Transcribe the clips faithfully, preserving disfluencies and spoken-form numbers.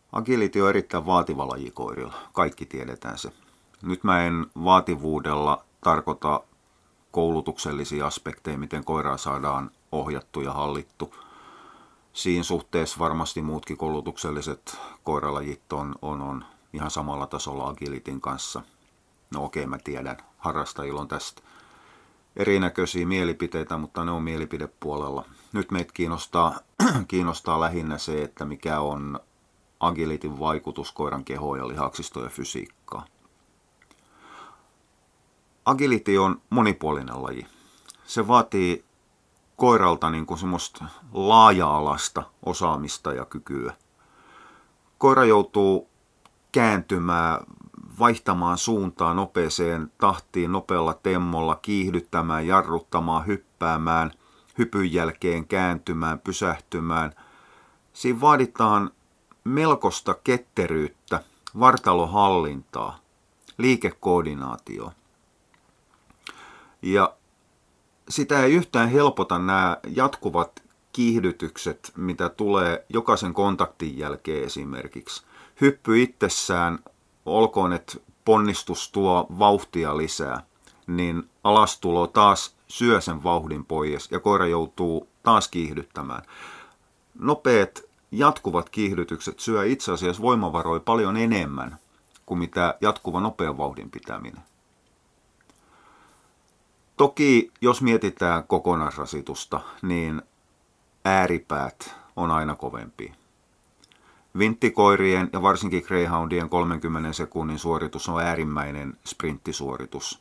Agility on erittäin vaativa laji koirilla. Kaikki tiedetään se. Nyt mä en vaativuudella tarkoita koulutuksellisia aspekteja, miten koiraa saadaan ohjattu ja hallittu. Siinä suhteessa varmasti muutkin koulutukselliset koiralajit on, on, on ihan samalla tasolla Agilityn kanssa. No okei, mä tiedän. Harrastajilla on tästä erinäköisiä mielipiteitä, mutta ne on mielipidepuolella. Nyt meitä kiinnostaa, kiinnostaa lähinnä se, että mikä on Agilityn vaikutus koiran kehoon ja lihaksistoon ja fysiikkaan. Agility on monipuolinen laji. Se vaatii koiralta niin kuin semmoista laaja-alasta osaamista ja kykyä. Koira joutuu kääntymään, vaihtamaan suuntaa nopeeseen tahtiin, nopealla temmolla, kiihdyttämään, jarruttamaan, hyppäämään, hypyn jälkeen kääntymään, pysähtymään. Siinä vaaditaan melkoista ketteryyttä, vartalohallintaa, liikekoordinaatioa. Ja sitä ei yhtään helpota nämä jatkuvat kiihdytykset, mitä tulee jokaisen kontaktin jälkeen esimerkiksi. Hyppy itsessään, olkoon, että ponnistus tuo vauhtia lisää, niin alastulo taas syö sen vauhdin pois ja koira joutuu taas kiihdyttämään. Nopeat jatkuvat kiihdytykset syö itse asiassa voimavaroja paljon enemmän kuin mitä jatkuva nopean vauhdin pitäminen. Toki jos mietitään kokonaisrasitusta, niin ääripäät on aina kovempi. Vinttikoirien ja varsinkin greyhoundien kolmenkymmenen sekunnin suoritus on äärimmäinen sprinttisuoritus.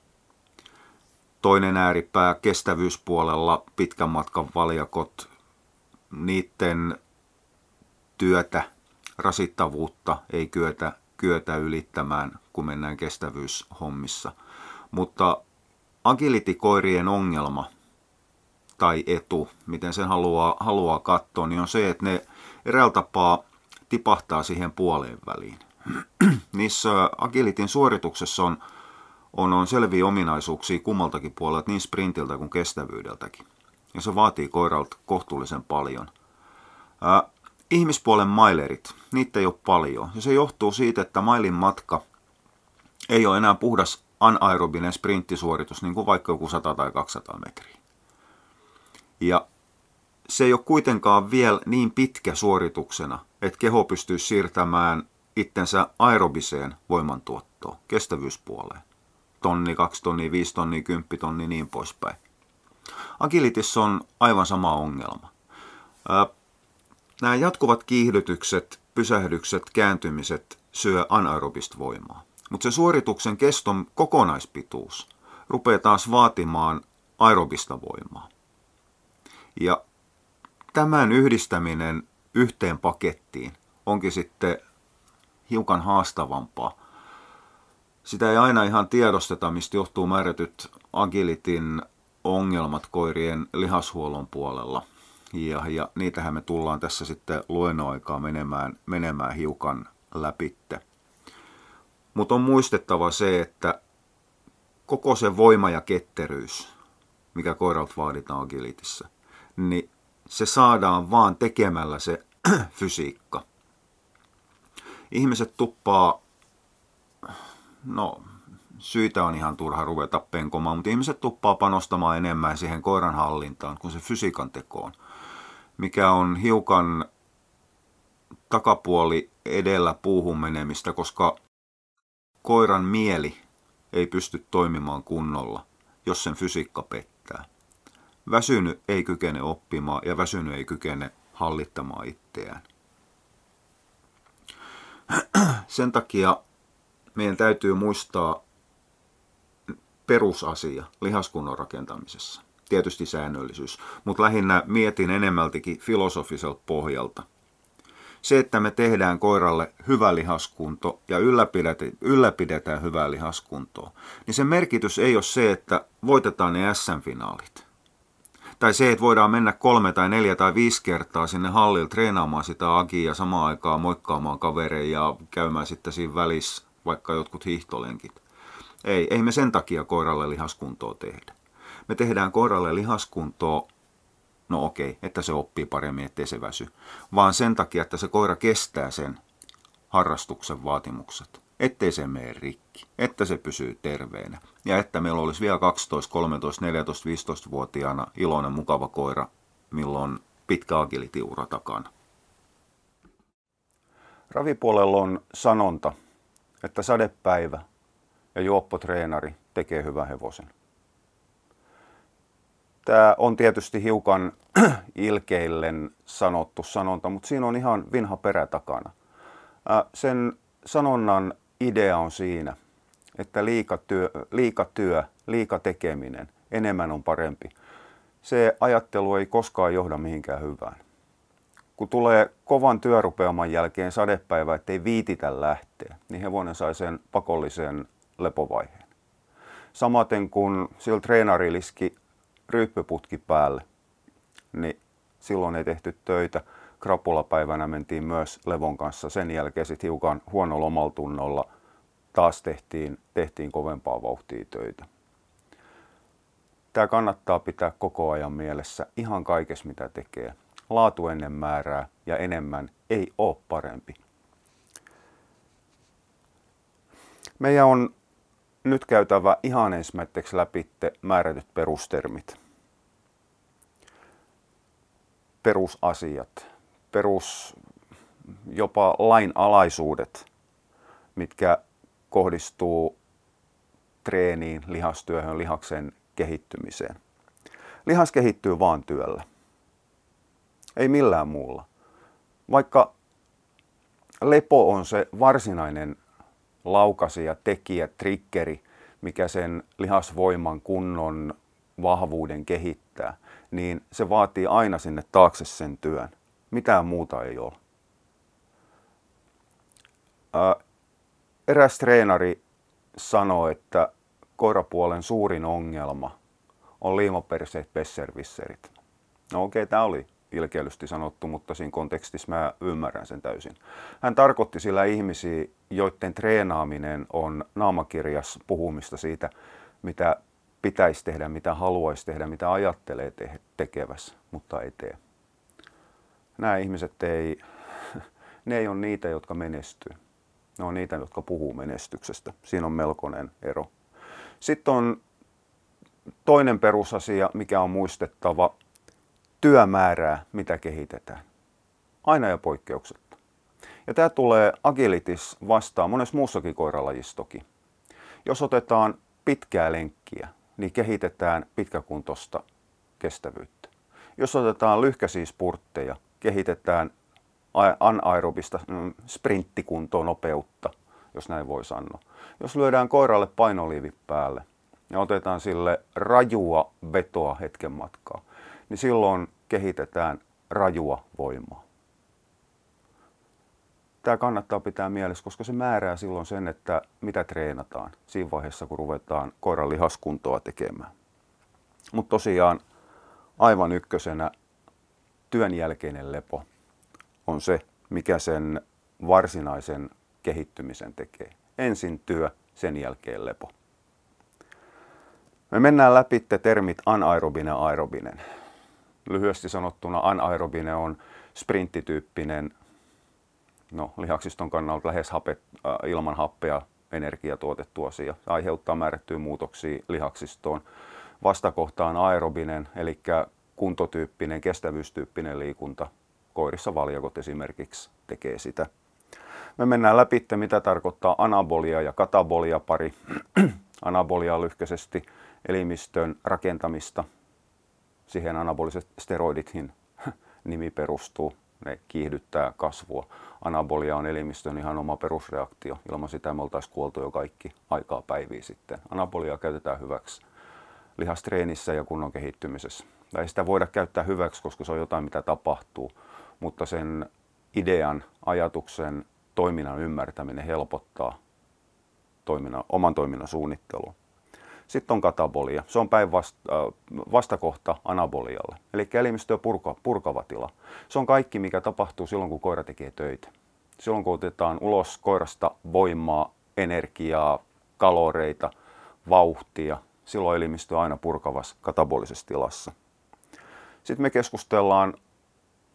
Toinen ääripää kestävyyspuolella pitkän matkan valjakot, niiden työtä, rasittavuutta ei kyetä, kyetä ylittämään, kun mennään kestävyyshommissa. Mutta agility-koirien ongelma tai etu, miten sen haluaa, haluaa katsoa, niin on se, että ne eräällä tapaa tipahtaa siihen puoleen väliin. Niissä agilityn suorituksessa on, on, on selviä ominaisuuksia kummaltakin puolelta, niin sprintiltä kuin kestävyydeltäkin. Ja se vaatii koiralta kohtuullisen paljon. Ää, ihmispuolen mailerit, niitä ei ole paljon. Ja se johtuu siitä, että mailin matka ei ole enää puhdas anaerobinen sprinttisuoritus, niin kuin vaikka joku sata tai kaksisataa metriä. Ja se ei ole kuitenkaan vielä niin pitkä suorituksena, että keho pystyy siirtämään itsensä aerobiseen voimantuottoon, kestävyyspuoleen. Tonni, kaksi tonnia, viisi tonnia, kymppi tonnia, niin poispäin. Agilityssä on aivan sama ongelma. Nämä jatkuvat kiihdytykset, pysähdykset, kääntymiset syö anaerobista voimaa. Mutta se suorituksen keston kokonaispituus rupeaa taas vaatimaan aerobista voimaa. Ja tämän yhdistäminen yhteen pakettiin onkin sitten hiukan haastavampaa. Sitä ei aina ihan tiedosteta, mistä johtuu määrätyt agilityn ongelmat koirien lihashuollon puolella. Ja, ja niitähän me tullaan tässä sitten luennon aikaa menemään, menemään hiukan läpitte. Mutta on muistettava se, että koko se voima ja ketteryys, mikä koiralta vaaditaan agilityssä, niin se saadaan vaan tekemällä se fysiikka. Ihmiset tuppaa, no syitä on ihan turha ruveta penkomaan, mutta ihmiset tuppaa panostamaan enemmän siihen koiran hallintaan kuin se fysiikan tekoon, mikä on hiukan takapuoli edellä puuhun menemistä, koska koiran mieli ei pysty toimimaan kunnolla, jos sen fysiikka pettää. Väsynyt ei kykene oppimaan ja väsynyt ei kykene hallittamaan itseään. Sen takia meidän täytyy muistaa perusasia lihaskunnon rakentamisessa. Tietysti säännöllisyys, mutta lähinnä mietin enemmältikin filosofiselta pohjalta. Se, että me tehdään koiralle hyvä lihaskunto ja ylläpidetään hyvää lihaskuntoa, niin sen merkitys ei ole se, että voitetaan ne äs äm-finaalit. Tai se, että voidaan mennä kolme tai neljä tai viisi kertaa sinne hallille treenaamaan sitä agia ja samaan aikaan moikkaamaan kavereja ja käymään sitten siinä välissä vaikka jotkut hiihtolenkit. Ei, ei me sen takia koiralle lihaskuntoa tehdä. Me tehdään koiralle lihaskuntoa, no okei, että se oppii paremmin, ettei se väsy, vaan sen takia, että se koira kestää sen harrastuksen vaatimukset, ettei se mene rikki, että se pysyy terveenä ja että meillä olisi vielä kaksitoista, kolmetoista, neljätoista, viisitoista-vuotiaana iloinen, mukava koira, milloin pitkä agility-ura takana. Ravipuolella on sanonta, että sadepäivä ja juoppotreenari tekee hyvän hevosen. Tämä on tietysti hiukan ilkeillen sanottu sanonta, mutta siinä on ihan vinha perä takana. Sen sanonnan idea on siinä, että liika työ, liika työ, liika tekeminen, enemmän on parempi. Se ajattelu ei koskaan johda mihinkään hyvään. Kun tulee kovan työrupeaman jälkeen sadepäivä, ettei viititä lähteä, niin hevonen sai sen pakollisen lepovaiheen. Samaten kun sillä treenari liski ryyppyputki päälle, niin silloin ei tehty töitä. Krapulapäivänä mentiin myös levon kanssa. Sen jälkeen sitten hiukan huonolla omaltunnolla taas tehtiin, tehtiin kovempaa vauhtia töitä. Tämä kannattaa pitää koko ajan mielessä ihan kaikessa mitä tekee. Laatu ennen määrää ja enemmän ei ole parempi. Meidän on nyt käytävä ihan ensimmäiseksi läpi määrätyt perustermit. Perusasiat, perus jopa lainalaisuudet, mitkä kohdistuu treeniin, lihastyöhön, lihaksen kehittymiseen. Lihas kehittyy vaan työllä, ei millään muulla. Vaikka lepo on se varsinainen laukaisija, tekijä, triggeri, mikä sen lihasvoiman, kunnon, vahvuuden kehittää, niin se vaatii aina sinne taakse sen työn. Mitään muuta ei ole. Ää, eräs treenari sanoi, että koirapuolen suurin ongelma on liimaperseet besserwisserit. No okei, okay, tämä oli ilkeilysti sanottu, mutta siinä kontekstissa mä ymmärrän sen täysin. Hän tarkoitti sillä ihmisiä, joiden treenaaminen on naamakirjas puhumista siitä, mitä pitäisi tehdä, mitä haluaisi tehdä, mitä ajattelee te- tekevässä, mutta ei tee. Nämä ihmiset ei, ne ei ole niitä, jotka menestyy. Ne on niitä, jotka puhuu menestyksestä. Siinä on melkoinen ero. Sitten on toinen perusasia, mikä on muistettava, työmäärää, mitä kehitetään. Aina ja poikkeuksetta. Ja tämä tulee agilitis vastaan monessa muussakin koiralajissa toki. Jos otetaan pitkää lenkkiä, niin kehitetään pitkäkuntoista kestävyyttä. Jos otetaan lyhkäisiä spurtteja, kehitetään anaerobista sprinttikuntoa, nopeutta, jos näin voi sanoa. Jos lyödään koiralle painoliivi päälle ja otetaan sille rajua vetoa hetken matkaa, niin silloin kehitetään rajua voimaa. Tämä kannattaa pitää mielessä, koska se määrää silloin sen, että mitä treenataan siinä vaiheessa, kun ruvetaan koiran lihaskuntoa tekemään. Mutta tosiaan aivan ykkösenä työn jälkeinen lepo on se, mikä sen varsinaisen kehittymisen tekee. Ensin työ, sen jälkeen lepo. Me mennään läpi termit anaerobinen ja aerobinen. Lyhyesti sanottuna anaerobinen on sprinttityyppinen, no lihaksiston kannalta lähes hape, äh, ilman happea energiatuotettu asia. Se aiheuttaa määrättyjä muutoksia lihaksistoon. Vastakohta on aerobinen, eli kuntotyyppinen, kestävyystyyppinen liikunta. Koirissa valjakot esimerkiksi tekee sitä. Me mennään läpi, mitä tarkoittaa anabolia ja katabolia pari. Anabolia on lyhkäisesti elimistön rakentamista. Siihen anaboliset steroidithin nimi perustuu. Ne kiihdyttää kasvua. Anabolia on elimistön ihan oma perusreaktio. Ilman sitä me oltaisiin kuoltu jo kaikki aikaa päiviä sitten. Anabolia käytetään hyväksi lihastreenissä ja kunnon kehittymisessä. Tai sitä voida käyttää hyväksi, koska se on jotain, mitä tapahtuu. Mutta sen idean, ajatuksen, toiminnan ymmärtäminen helpottaa toiminnan, oman toiminnan suunnittelua. Sitten on katabolia. Se on päinvastakohta anabolialle. Eli elimistö purka, purkava tila. Se on kaikki, mikä tapahtuu silloin, kun koira tekee töitä. Silloin, kun otetaan ulos koirasta voimaa, energiaa, kaloreita, vauhtia, silloin elimistö on aina purkavassa katabolisessa tilassa. Sitten me keskustellaan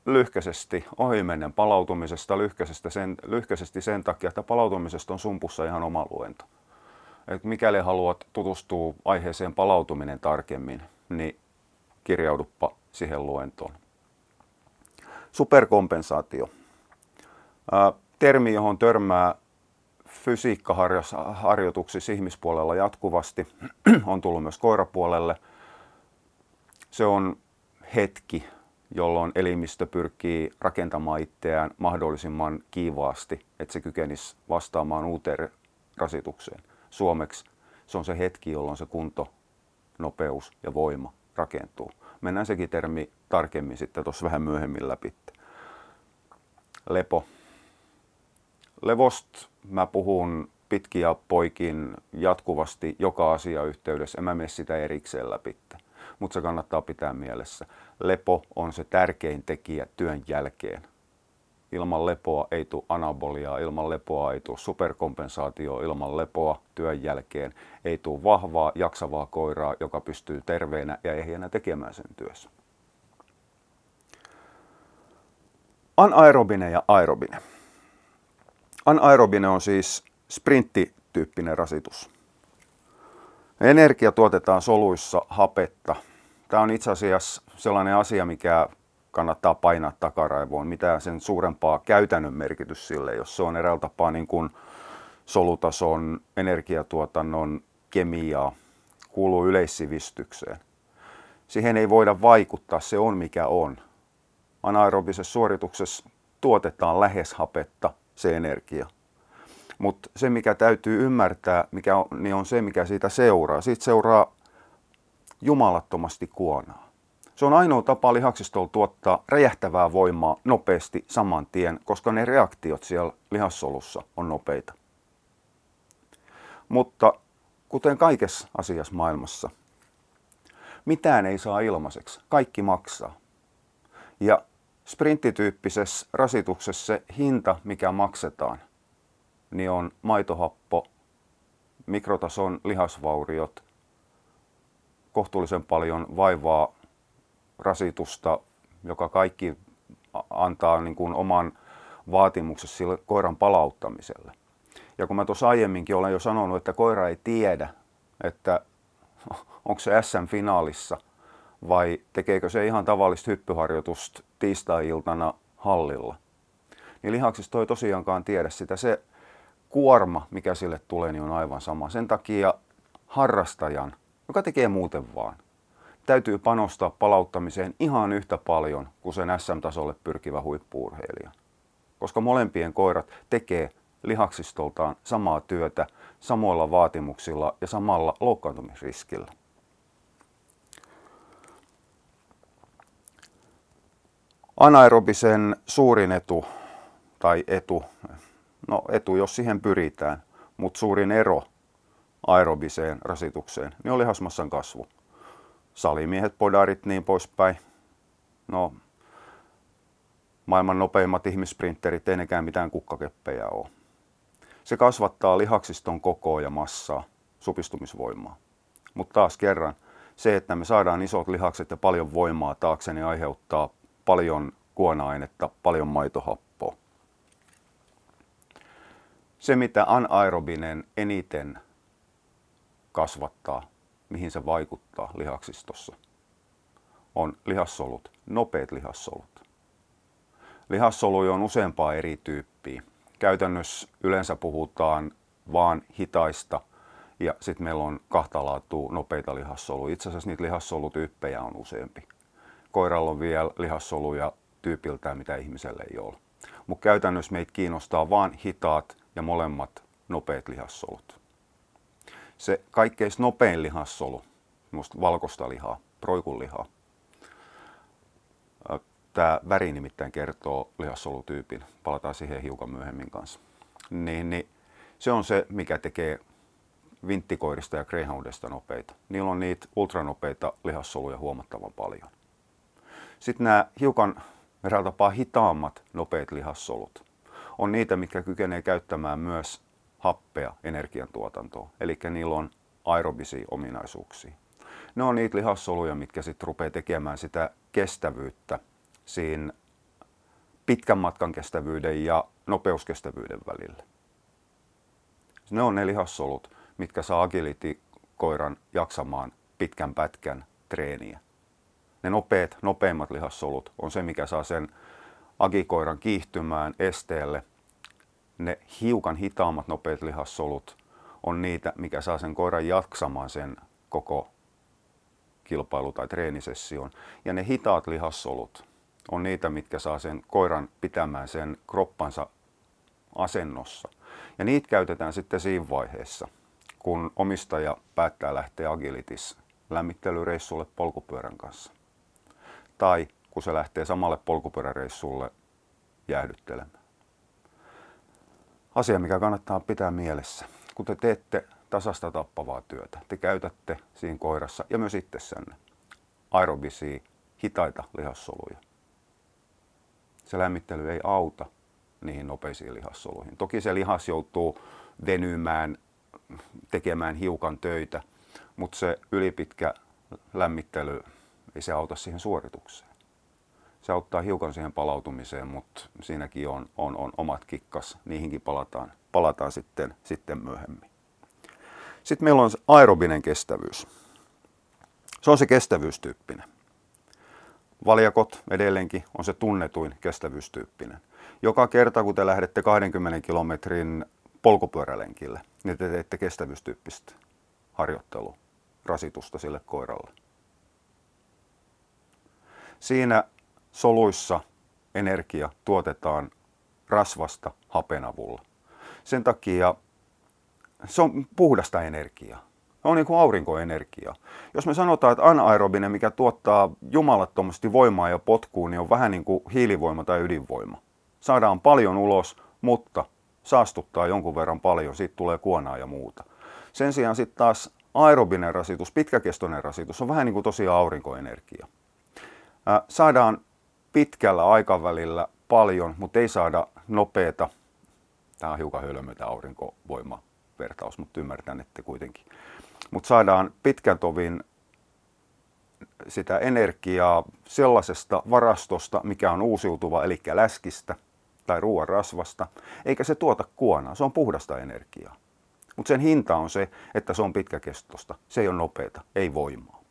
lyhkäisesti ohimennen palautumisesta lyhkäisesti sen, lyhkäisesti sen takia, että palautumisesta on sumpussa ihan oma luento. Et mikäli haluat tutustua aiheeseen palautuminen tarkemmin, niin kirjauduppa siihen luentoon. Superkompensaatio. Ää, termi, johon törmää fysiikkaharjoituksissa ihmispuolella jatkuvasti, on tullut myös koirapuolelle. Se on hetki, jolloin elimistö pyrkii rakentamaan itseään mahdollisimman kiivaasti, että se kykenisi vastaamaan uuteen rasitukseen. Suomeksi se on se hetki, jolloin se kunto, nopeus ja voima rakentuu. Mennään sekin termi tarkemmin sitten tuossa vähän myöhemmin läpi. Lepo. Levosta mä puhun pitkin ja poikin jatkuvasti joka asia yhteydessä. En mä mene sitä erikseen läpi, mutta se kannattaa pitää mielessä. Lepo on se tärkein tekijä työn jälkeen. Ilman lepoa ei tule anaboliaa, ilman lepoa ei tule superkompensaatioa, ilman lepoa työn jälkeen ei tule vahvaa, jaksavaa koiraa, joka pystyy terveenä ja ehjänä tekemään sen työssä. Anaerobinen ja aerobinen. Anaerobinen on siis sprinttityyppinen rasitus. Energia tuotetaan soluissa hapetta. Tämä on itse asiassa sellainen asia, mikä kannattaa painaa takaraivoon. Mitään sen suurempaa käytännön merkitys sille, jos se on eräällä tapaa niin kuin solutason energiatuotannon kemiaa, kuuluu yleissivistykseen. Siihen ei voida vaikuttaa, se on mikä on. Anaerobisessa suorituksessa tuotetaan lähes hapetta se energia. Mutta se, mikä täytyy ymmärtää, mikä on, niin on se, mikä siitä seuraa. Siitä seuraa jumalattomasti kuonaa. Se on ainoa tapa lihaksistolla tuottaa räjähtävää voimaa nopeasti saman tien, koska ne reaktiot siellä lihassolussa on nopeita. Mutta kuten kaikessa asiassa maailmassa, mitään ei saa ilmaiseksi. Kaikki maksaa. Ja sprinttityyppisessä rasituksessa se hinta, mikä maksetaan, niin on maitohappo, mikrotason lihasvauriot, kohtuullisen paljon vaivaa, rasitusta, joka kaikki antaa niin kuin oman vaatimuksensa sille koiran palauttamiselle. Ja kun mä tuossa aiemminkin olen jo sanonut, että koira ei tiedä, että onko se äs äm-finaalissa vai tekeekö se ihan tavallista hyppyharjoitusta tiistai-iltana hallilla, niin lihaksisto ei tosiaankaan tiedä sitä. Se kuorma, mikä sille tulee, niin on aivan sama. Sen takia harrastajan, joka tekee muuten vaan, täytyy panostaa palauttamiseen ihan yhtä paljon kuin sen äs äm-tasolle pyrkivä huippu-urheilija. Koska molempien koirat tekee lihaksistoltaan samaa työtä samoilla vaatimuksilla ja samalla loukkaantumisriskillä. Anaerobisen suurin etu, tai etu, no etu jos siihen pyritään, mutta suurin ero aerobiseen rasitukseen, niin on lihasmassan kasvu. Salimiehet, podarit, niin poispäin. No, maailman nopeimmat ihmissprinterit ei nekään mitään kukkakeppejä ole. Se kasvattaa lihaksiston kokoa ja massaa, supistumisvoimaa. Mutta taas kerran, se, että me saadaan isot lihakset ja paljon voimaa taakse, niin aiheuttaa paljon kuona-ainetta, paljon maitohappoa. Se, mitä anaerobinen eniten kasvattaa, mihin se vaikuttaa lihaksistossa, on lihassolut, nopeat lihassolut. Lihassoluja on useampaa eri tyyppiä. Käytännössä yleensä puhutaan vaan hitaista ja sitten meillä on kahta laatua nopeita lihassoluja. Itse asiassa niitä lihassolutyyppejä on useampi. Koiralla on vielä lihassoluja tyypiltään, mitä ihmisellä ei ole. Mutta käytännössä meitä kiinnostaa vaan hitaat ja molemmat nopeat lihassolut. Se kaikkein nopein lihassolu, semmoista valkoista lihaa, proikunlihaa. Tämä väri nimittäin kertoo lihassolutyypin, palataan siihen hiukan myöhemmin kanssa. Niin, niin se on se, mikä tekee vinttikoirista ja greyhoundista nopeita. Niillä on niitä ultranopeita lihassoluja huomattavan paljon. Sitten nämä hiukan eräällä tapaa hitaammat nopeat lihassolut on niitä, mitkä kykenee käyttämään myös happea energiantuotantoon. Eli niillä on aerobisia ominaisuuksia. Ne on niitä lihassoluja, mitkä sitten rupeaa tekemään sitä kestävyyttä siinä pitkän matkan kestävyyden ja nopeuskestävyyden välillä. Ne on ne lihassolut, mitkä saa agility-koiran jaksamaan pitkän pätkän treeniä. Ne nopeat, nopeimmat lihassolut on se, mikä saa sen agikoiran kiihtymään esteelle. Ne hiukan hitaammat nopeat lihassolut on niitä, mikä saa sen koiran jaksamaan sen koko kilpailu- tai treenisession. Ja ne hitaat lihassolut on niitä, mitkä saa sen koiran pitämään sen kroppansa asennossa. Ja niitä käytetään sitten siinä vaiheessa, kun omistaja päättää lähteä agilitis lämmittelyreissulle polkupyörän kanssa. Tai kun se lähtee samalle polkupyöräreissulle jäähdyttelemään. Asia, mikä kannattaa pitää mielessä. Kun te teette tasasta tappavaa työtä, te käytätte siinä koirassa ja myös itsessänne aerobisia, hitaita lihassoluja. Se lämmittely ei auta niihin nopeisiin lihassoluihin. Toki se lihas joutuu venymään, tekemään hiukan töitä, mutta se ylipitkä lämmittely ei se auta siihen suoritukseen. Se auttaa hiukan siihen palautumiseen, mutta siinäkin on, on, on omat kikkas. Niihinkin palataan, palataan sitten, sitten myöhemmin. Sitten meillä on aerobinen kestävyys. Se on se kestävyystyyppinen. Valjakot edelleenkin on se tunnetuin kestävyystyyppinen. Joka kerta, kun te lähdette kahdenkymmenen kilometrin polkupyörälenkille, niin te teette kestävyystyyppistä harjoittelurasitusta sille koiralle. Siinä soluissa energia tuotetaan rasvasta hapen avulla. Sen takia se on puhdasta energiaa. Se on niin kuin aurinkoenergia. Jos me sanotaan, että anaerobinen, mikä tuottaa jumalattomasti voimaa ja potkua, niin on vähän niin kuin hiilivoima tai ydinvoima. Saadaan paljon ulos, mutta saastuttaa jonkun verran paljon, siitä tulee kuonaa ja muuta. Sen sijaan sitten taas aerobinen rasitus, pitkäkestoinen rasitus on vähän niin kuin tosiaan aurinkoenergia. Saadaan pitkällä aikavälillä paljon, mutta ei saada nopeata. Tämä on hiukan hölmö tämä aurinkovoimavertaus, mutta ymmärtänette kuitenkin. Mutta saadaan pitkän tovin sitä energiaa sellaisesta varastosta, mikä on uusiutuva, eli läskistä tai ruoan rasvasta, eikä se tuota kuonaa, se on puhdasta energiaa. Mutta sen hinta on se, että se on pitkäkestoista, se ei ole nopeata, ei voimaa.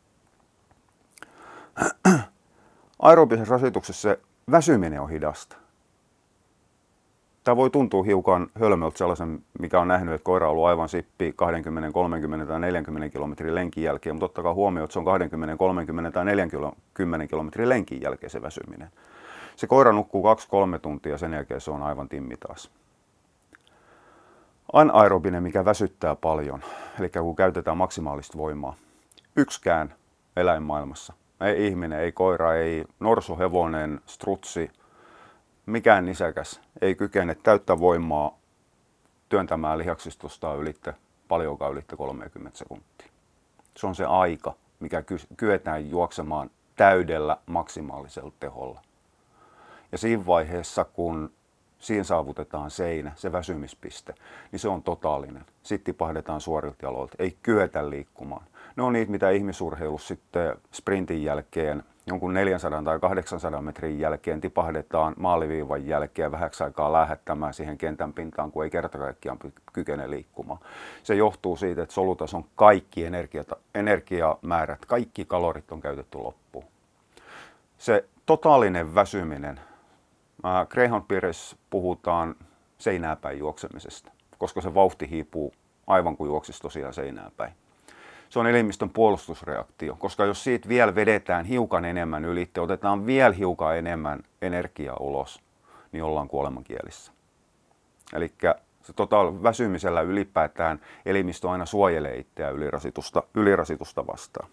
Aerobisessa rasituksessa se väsyminen on hidasta. Tämä voi tuntua hiukan hölmöltä sellaisen, mikä on nähnyt, että koira on ollut aivan sippi kaksikymmentä, kolmekymmentä tai neljäkymmentä kilometrin lenkin jälkeen, mutta ottakaa huomioon, että se on kaksikymmentä, kolmekymmentä tai neljäkymmentä kilometrin lenkin jälkeen se väsyminen. Se koira nukkuu kaksi kolme tuntia ja sen jälkeen se on aivan timmi taas. Anaerobinen, mikä väsyttää paljon, eli kun käytetään maksimaalista voimaa. Yksikään eläinmaailmassa, ei ihminen, ei koira, ei norsu, hevonen, strutsi, mikään nisäkäs ei kykene täyttä voimaa työntämään lihaksistostaan ylitte, paljonkaan ylitte kolmekymmentä sekuntia. Se on se aika, mikä kyetään juoksemaan täydellä maksimaalisella teholla. Ja siinä vaiheessa, kun siinä saavutetaan seinä, se väsymispiste, niin se on totaalinen. Sitten tipahdetaan suorilta jaloilta, ei kyetä liikkumaan. Ne on niitä, mitä ihmisurheilussa sitten sprintin jälkeen, jonkun neljäsataa tai kahdeksansadan metrin jälkeen tipahdetaan maaliviivan jälkeen vähäksi aikaa lähettämään siihen kentän pintaan, kun ei kerta kaikkiaan kykene liikkumaan. Se johtuu siitä, että solutason kaikki energiata, energiamäärät, kaikki kalorit on käytetty loppuun. Se totaalinen väsyminen, greyhound-piirissä puhutaan seinää päin juoksemisesta, koska se vauhti hiipuu aivan kuin juoksisi tosiaan seinää päin. Se on elimistön puolustusreaktio, koska jos siitä vielä vedetään hiukan enemmän yli, otetaan vielä hiukan enemmän energiaa ulos, niin ollaan kuolemankielissä. Eli se totaal väsymisellä ylipäätään elimistö aina suojelee itseään ylirasitusta, ylirasitusta vastaan.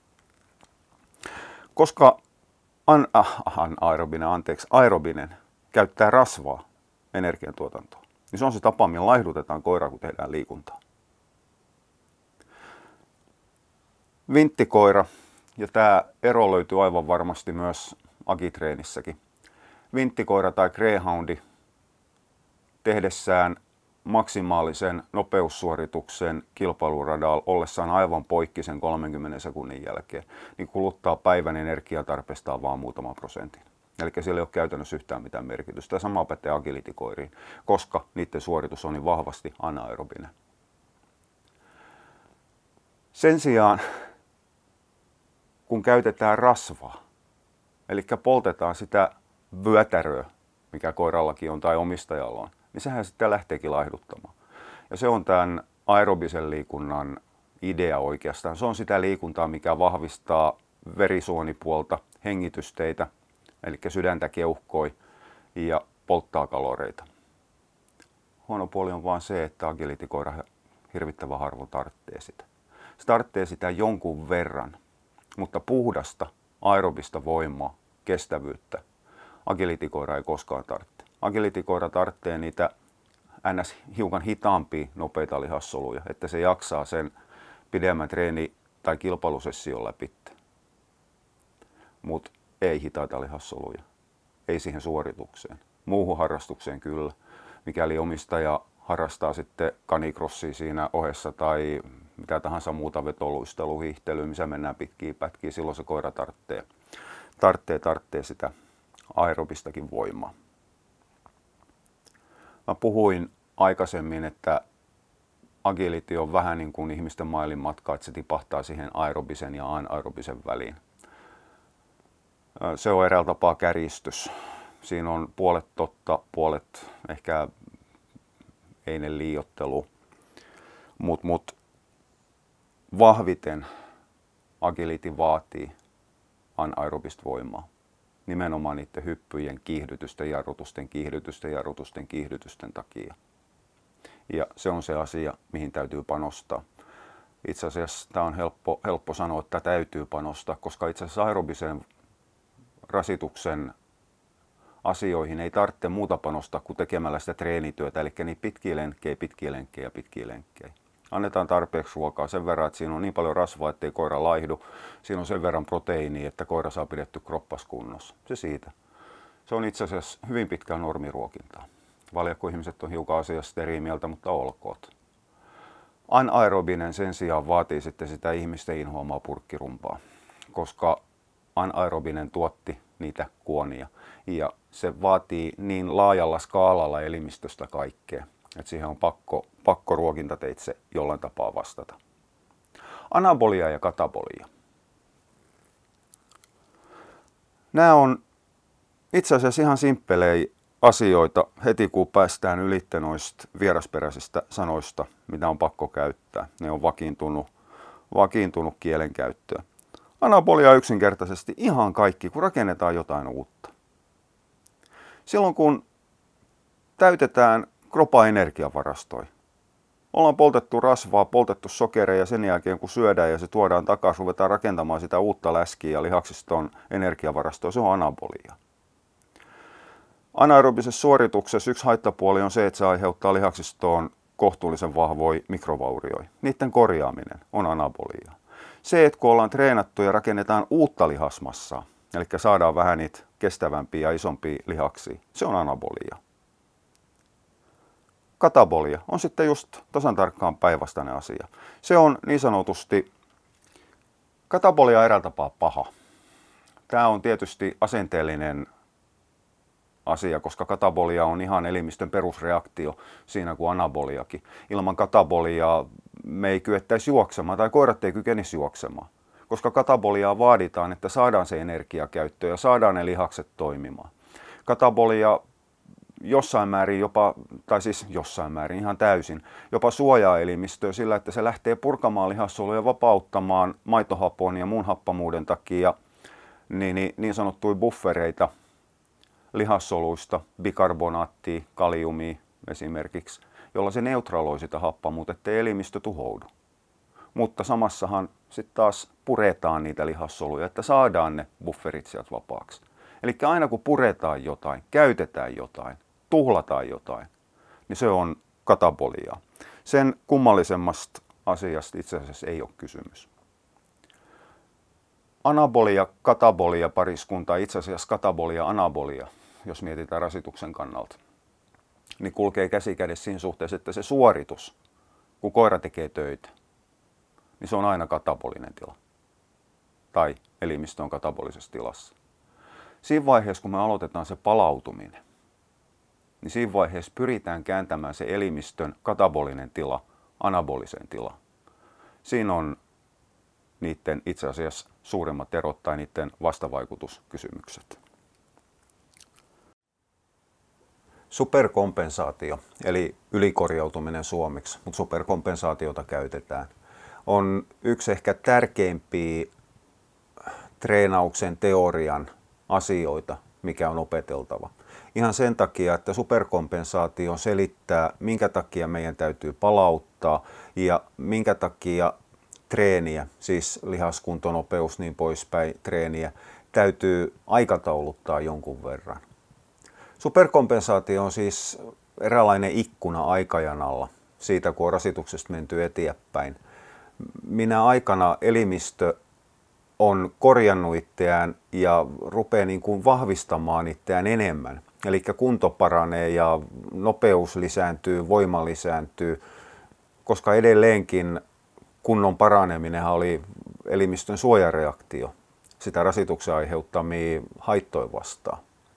Koska an, ah, anaerobinen, anteeksi, aerobinen käyttää rasvaa energiantuotantoon, niin se on se tapa, millä laihdutetaan koiraa, kun tehdään liikuntaa. Vinttikoira, ja tämä ero löytyy aivan varmasti myös agitreenissäkin. Vinttikoira tai greyhoundi tehdessään maksimaalisen nopeussuorituksen kilpailuradalla ollessaan aivan poikki sen kolmenkymmenen sekunnin jälkeen, niin kuluttaa päivän energiatarpeestaan vaan muutama prosentin. Eli siellä ei ole käytännössä yhtään mitään merkitystä. Ja sama pätee agility-koiriin, koska niiden suoritus on niin vahvasti anaerobinen. Sen sijaan, kun käytetään rasvaa, eli poltetaan sitä vyötäröä, mikä koirallakin on tai omistajalla on, niin sehän sitten lähteekin laihduttamaan. Ja se on tämän aerobisen liikunnan idea oikeastaan. Se on sitä liikuntaa, mikä vahvistaa verisuonipuolta, hengitysteitä, eli sydäntä, keuhkoi ja polttaa kaloreita. Huono puoli on vaan se, että agility-koira hirvittävän harvoin tarvitsee sitä. Se tarvitsee sitä jonkun verran, mutta puhdasta aerobista voimaa, kestävyyttä agility-koira ei koskaan tarvitse. Agility-koira tarvitsee niitä ns. Hiukan hitaampia nopeita lihassoluja, että se jaksaa sen pidemmän treeni- tai kilpailusession läpi. Mutta ei hitaita lihassoluja, ei siihen suoritukseen. Muuhun harrastukseen kyllä, mikäli omistaja harrastaa sitten canicrossia siinä ohessa tai mitä tahansa muuta vetoluistelua, hiihtelyä, missä mennään pitkiä pätkiä, silloin se koira tarvitsee, tarvitsee, tarvitsee sitä aerobistakin voimaa. Mä puhuin aikaisemmin, että agility on vähän niin kuin ihmisten mailin matka, että se tipahtaa siihen aerobisen ja anaerobisen väliin. Se on eräällä tapaa kärjistys. Siinä on puolet totta, puolet ehkä eine liiottelu, mutta mut vahviten agility vaatii anaerobista voimaa. Nimenomaan niiden hyppyjen kiihdytysten, jarrutusten, kiihdytysten, jarrutusten, kiihdytysten takia. Ja se on se asia, mihin täytyy panostaa. Itse asiassa tämä on helppo, helppo sanoa, että täytyy panostaa, koska itse asiassa aerobisen rasituksen asioihin ei tarvitse muuta panostaa kuin tekemällä sitä treenityötä, eli niitä pitkiä lenkkejä, pitkiä lenkkejä, pitkiä lenkkejä. Annetaan tarpeeksi ruokaa sen verran, että siinä on niin paljon rasvaa, ettei koira laihdu. Siinä on sen verran proteiinia, että koira saa pidetty kroppas kunnossa. Se siitä. Se on itse asiassa hyvin pitkään normiruokintaa. Valjakkoihmiset on hiukan asiasta eri mieltä, mutta olkoot. Anaerobinen sen sijaan vaatii sitten sitä ihmisten inhoamaa purkkirumpaa, koska anaerobinen tuotti niitä kuonia ja se vaatii niin laajalla skaalalla elimistöstä kaikkea, että siihen on pakko, pakko ruokintateitse jollain tapaa vastata. Anabolia ja katabolia. Nämä on itse asiassa ihan simppelejä asioita heti kun päästään ylitte noista vierasperäisistä sanoista, mitä on pakko käyttää. Ne on vakiintunut, vakiintunut kielenkäyttöä. Anabolia on yksinkertaisesti ihan kaikki, kun rakennetaan jotain uutta. Silloin kun täytetään kropa energiavarastoja, ollaan poltettu rasvaa, poltettu sokereja ja sen jälkeen kun syödään ja se tuodaan takaisin, ruvetaan rakentamaan sitä uutta läskiä ja lihaksiston energiavarastoa, se on anabolia. Anaerobisessa suorituksessa yksi haittapuoli on se, että se aiheuttaa lihaksistoon kohtuullisen vahvoja mikrovaurioita. Niiden korjaaminen on anabolia. Se, että kun ollaan treenattu ja rakennetaan uutta lihasmassaa, eli saadaan vähän niitä kestävämpiä ja isompia lihaksia, se on anabolia. Katabolia on sitten just tasan tarkkaan päinvastainen asia. Se on niin sanotusti, katabolia on eräällä tapaa paha. Tämä on tietysti asenteellinen asia, koska katabolia on ihan elimistön perusreaktio siinä kuin anaboliakin. Ilman kataboliaa me ei kyettäisi juoksemaan tai koirat ei kykenisi juoksemaan, koska kataboliaa vaaditaan, että saadaan se energia käyttöön ja saadaan ne lihakset toimimaan. Katabolia jossain määrin jopa, tai siis jossain määrin ihan täysin, jopa suojaa elimistöä sillä, että se lähtee purkamaan lihassoluja vapauttamaan maitohapon ja muun happamuuden takia niin, niin, niin sanottuja buffereita lihassoluista, bikarbonaattia, kaliumia esimerkiksi, jolla se neutraloi sitä happamuutta, ettei elimistö tuhoudu. Mutta samassahan sitten taas puretaan niitä lihassoluja, että saadaan ne bufferit sieltä vapaaksi. Eli aina kun puretaan jotain, käytetään jotain, tuhlataan jotain, niin se on kataboliaa. Sen kummallisemmasta asiasta itse asiassa ei ole kysymys. Anabolia, katabolia pariskunta, itse asiassa katabolia, anabolia, jos mietitään rasituksen kannalta, niin kulkee käsi kädessä siinä suhteessa, että se suoritus, kun koira tekee töitä, niin se on aina katabolinen tila. Tai elimistö on katabolisessa tilassa. Siinä vaiheessa, kun me aloitetaan se palautuminen, niin siinä vaiheessa pyritään kääntämään se elimistön katabolinen tila anaboliseen tilaan. Siinä on niiden itse asiassa suuremmat erot tai niiden vastavaikutuskysymykset. Superkompensaatio, eli ylikorjautuminen suomeksi, mutta superkompensaatiota käytetään, on yksi ehkä tärkeimpiä treenauksen teorian asioita, mikä on opeteltava. Ihan sen takia, että superkompensaatio selittää, minkä takia meidän täytyy palauttaa ja minkä takia treeniä, siis lihaskunto, nopeus, niin poispäin treeniä, täytyy aikatauluttaa jonkun verran. Superkompensaatio on siis eräänlainen ikkuna aikajanalla siitä, kun on rasituksesta menty eteenpäin. Minä aikana elimistö on korjannut itseään ja rupeaa niin kuin vahvistamaan itseään enemmän. Eli kunto paranee ja nopeus lisääntyy, voima lisääntyy, koska edelleenkin kunnon paraneminenhan oli elimistön suojareaktio sitä rasituksen aiheuttamia haittoja vastaan.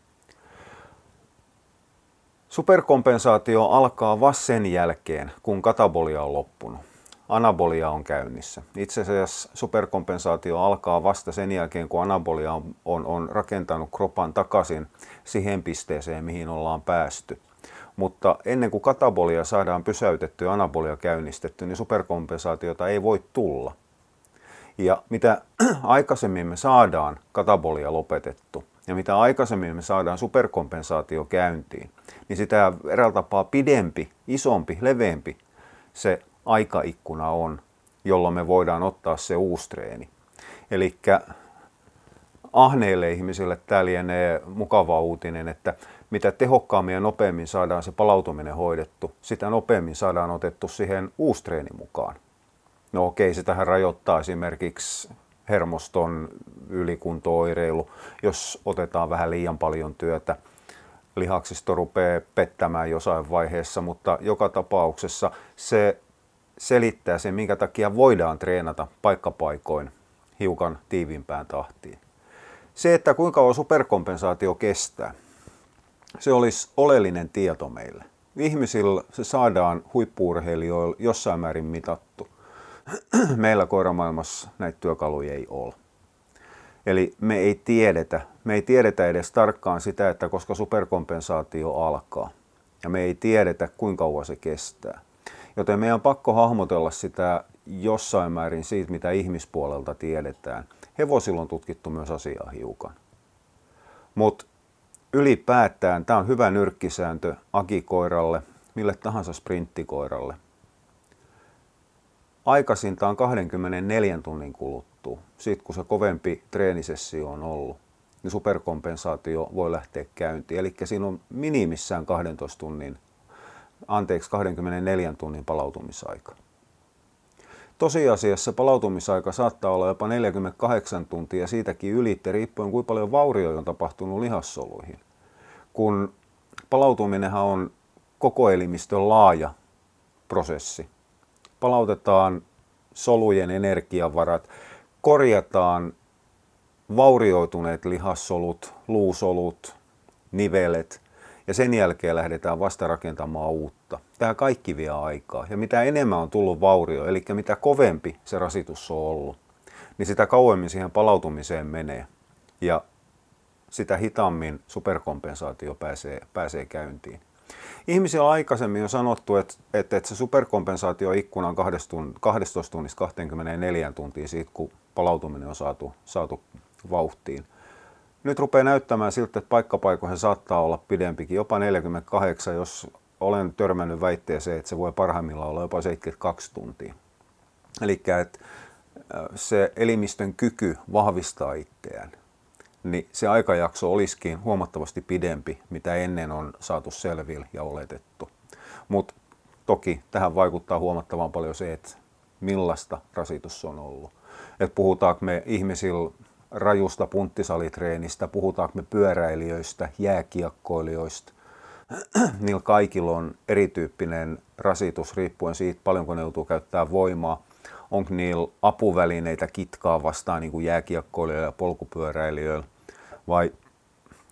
Superkompensaatio alkaa vasta sen jälkeen, kun katabolia on loppunut. Anabolia on käynnissä. Itse asiassa superkompensaatio alkaa vasta sen jälkeen, kun anabolia on, on, on rakentanut kropan takaisin siihen pisteeseen, mihin ollaan päästy. Mutta ennen kuin katabolia saadaan pysäytettyä ja anabolia käynnistetty, niin superkompensaatiota ei voi tulla. Ja mitä aikaisemmin me saadaan katabolia lopetettu ja mitä aikaisemmin me saadaan superkompensaatio käyntiin, niin sitä eräällä tapaa pidempi, isompi, leveämpi se aikaikkuna on, jolloin me voidaan ottaa se uusi treeni. Eli ahneille ihmisille tämä lienee mukava uutinen, että mitä tehokkaammin ja nopeammin saadaan se palautuminen hoidettu, sitä nopeammin saadaan otettu siihen uusi treeni mukaan. No okei, sitähän rajoittaa esimerkiksi hermoston ylikunto-oireilu, jos otetaan vähän liian paljon työtä. Lihaksisto rupeaa pettämään jossain vaiheessa, mutta joka tapauksessa se selittää sen, minkä takia voidaan treenata paikkapaikoin hiukan tiiviimpään tahtiin. Se, että kuinka kauan superkompensaatio kestää, se olisi oleellinen tieto meille. Ihmisillä se saadaan huippu-urheilijoilla jossain määrin mitattu. Meillä koiramaailmassa näitä työkaluja ei ole. Eli me ei tiedetä, me ei tiedetä edes tarkkaan sitä, että koska superkompensaatio alkaa. Ja me ei tiedetä, kuinka kauan se kestää. Joten meidän on pakko hahmotella sitä jossain määrin siitä, mitä ihmispuolelta tiedetään. Hevosilla on tutkittu myös asiaa hiukan. Mutta ylipäätään tämä on hyvä nyrkkisääntö agikoiralle, mille tahansa sprinttikoiralle. Aikaisintaan kaksikymmentäneljä tunnin kuluttua, siitä kun se kovempi treenisessio on ollut, niin superkompensaatio voi lähteä käyntiin. Eli siinä on minimissään kahdentoista tunnin, anteeksi, kaksikymmentäneljän tunnin palautumisaika. Tosiasiassa palautumisaika saattaa olla jopa neljäkymmentäkahdeksan tuntia ja siitäkin ylitte, riippuen kuinka paljon vaurioita on tapahtunut lihassoluihin. Kun palautuminenhan on koko elimistön laaja prosessi. Palautetaan solujen energiavarat, korjataan vaurioituneet lihassolut, luusolut, nivelet ja sen jälkeen lähdetään vasta rakentamaan uutta. Tämä kaikki vie aikaa ja mitä enemmän on tullut vaurio, eli mitä kovempi se rasitus on ollut, niin sitä kauemmin siihen palautumiseen menee ja sitä hitaammin superkompensaatio pääsee, pääsee käyntiin. Ihmisillä on aikaisemmin jo sanottu, että, että, että se superkompensaatioikkuna on kaksitoista tunnista kaksikymmentäneljä tuntia siitä, kun palautuminen on saatu, saatu vauhtiin. Nyt rupeaa näyttämään siltä, että paikkapaikoihin saattaa olla pidempikin, jopa neljäkymmentäkahdeksan, jos olen törmännyt väitteeseen, että se voi parhaimmillaan olla jopa seitsemänkymmentäkaksi tuntia. Eli että se elimistön kyky vahvistaa itseään, niin se aikajakso olisikin huomattavasti pidempi, mitä ennen on saatu selville ja oletettu. Mutta toki tähän vaikuttaa huomattavan paljon se, että millaista rasitus on ollut. Et puhutaanko me ihmisillä rajusta punttisalitreenistä, puhutaanko me pyöräilijöistä, jääkiekkoilijoista. Niillä kaikilla on erityyppinen rasitus riippuen siitä, paljonko ne joutuu käyttämään voimaa. Onko niillä apuvälineitä kitkaa vastaan niin kuin jääkiekkoilijoilla ja polkupyöräilijöillä vai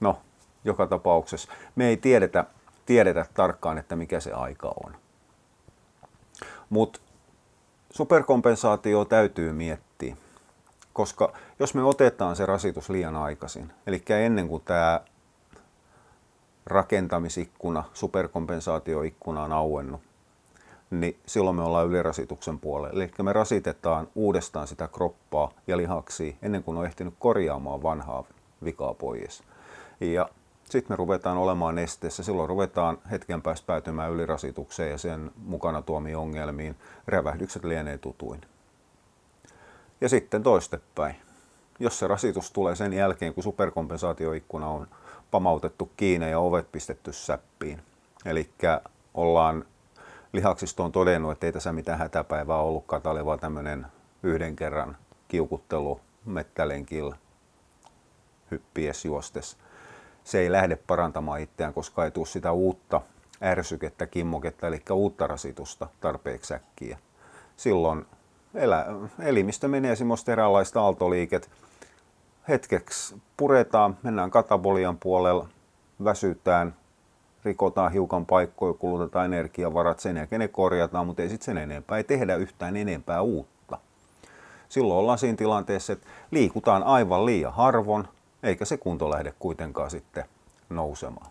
no, joka tapauksessa me ei tiedetä, tiedetä tarkkaan, että mikä se aika on. Mutta superkompensaatio täytyy miettiä, koska jos me otetaan se rasitus liian aikaisin, eli ennen kuin tämä rakentamisikkuna, superkompensaatioikkuna on auennut, niin silloin me ollaan ylirasituksen puolella. Eli me rasitetaan uudestaan sitä kroppaa ja lihaksia ennen kuin on ehtinyt korjaamaan vanhaa vikaa pois. Ja sitten me ruvetaan olemaan nesteessä, silloin ruvetaan hetken päästä päätymään ylirasitukseen ja sen mukana tuomiin ongelmiin. Rävähdykset lienee tutuin. Ja sitten toistepäin. Jos se rasitus tulee sen jälkeen, kun superkompensaatioikkuna on pamautettu kiinni ja ovet pistetty säppiin. Eli ollaan lihaksisto on todennut, että ei tässä mitään hätäpäivää ollutkaan. Tämä oli vaan tämmöinen yhden kerran kiukuttelu mettälenkillä hyppies juostes. Se ei lähde parantamaan itseään, koska ei tule sitä uutta ärsykettä, kimmoketta, eli uutta rasitusta tarpeeksi äkkiä. Silloin elä, elimistö menee semmoista eräänlaista aaltoliiket. Hetkeksi puretaan, mennään katabolian puolella, väsytään, rikotaan hiukan paikkoja, kulutetaan energiavarat, sen jälkeen ne korjataan, mutta ei sitten sen enempää, ei tehdä yhtään enempää uutta. Silloin ollaan siinä tilanteessa, että liikutaan aivan liian harvoin, eikä se kunto lähde kuitenkaan sitten nousemaan.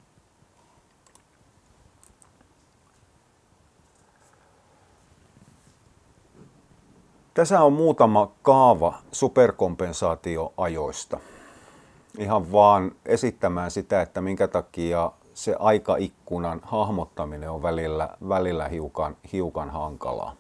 Tässä on muutama kaava superkompensaatioajoista. Ihan vaan esittämään sitä, että minkä takia se aikaikkunan hahmottaminen on välillä, välillä hiukan, hiukan hankalaa.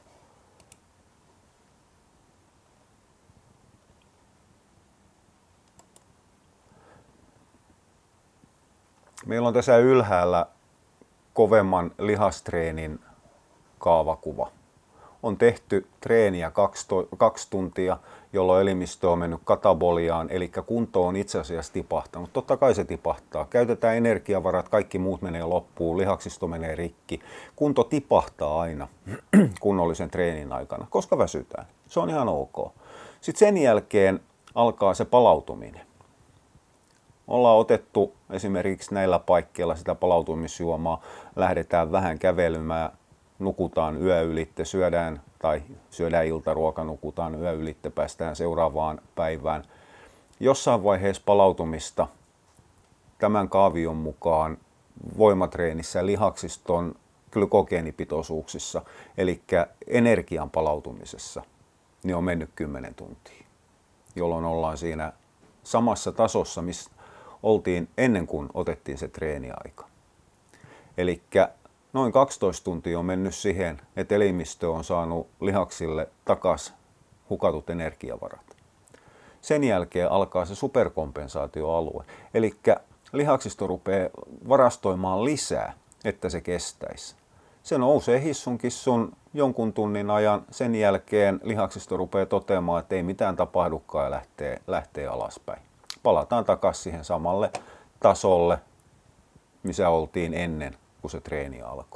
Meillä on tässä ylhäällä kovemman lihastreenin kaavakuva. On tehty treeniä kaksi, to, kaksi tuntia, jolloin elimistö on mennyt kataboliaan, eli kunto on itse asiassa tipahtanut. Totta kai se tipahtaa. Käytetään energiavarat, kaikki muut menee loppuun, lihaksisto menee rikki. Kunto tipahtaa aina kunnollisen treenin aikana, koska väsytään. Se on ihan ok. Sitten sen jälkeen alkaa se palautuminen. Ollaan otettu esimerkiksi näillä paikkeilla sitä palautumisjuomaa, lähdetään vähän kävelemään, nukutaan yöylitte, syödään tai syödään iltaruoka, nukutaan yöylitte, päästään seuraavaan päivään. Jossain vaiheessa palautumista tämän kaavion mukaan voimatreenissä ja lihaksiston glykogeenipitoisuuksissa, eli energian palautumisessa, niin on mennyt kymmenen tuntia, jolloin ollaan siinä samassa tasossa, missä oltiin ennen kuin otettiin se treeniaika. Eli noin kaksitoista tuntia on mennyt siihen, että elimistö on saanut lihaksille takaisin hukatut energiavarat. Sen jälkeen alkaa se superkompensaatioalue. Eli lihaksisto rupeaa varastoimaan lisää, että se kestäisi. Se nousee hissun kissun jonkun tunnin ajan. Sen jälkeen lihaksisto rupeaa toteamaan, että ei mitään tapahdukaan ja lähtee, lähtee alaspäin. Palataan takaisin siihen samalle tasolle, missä oltiin ennen kun se treeni alkoi.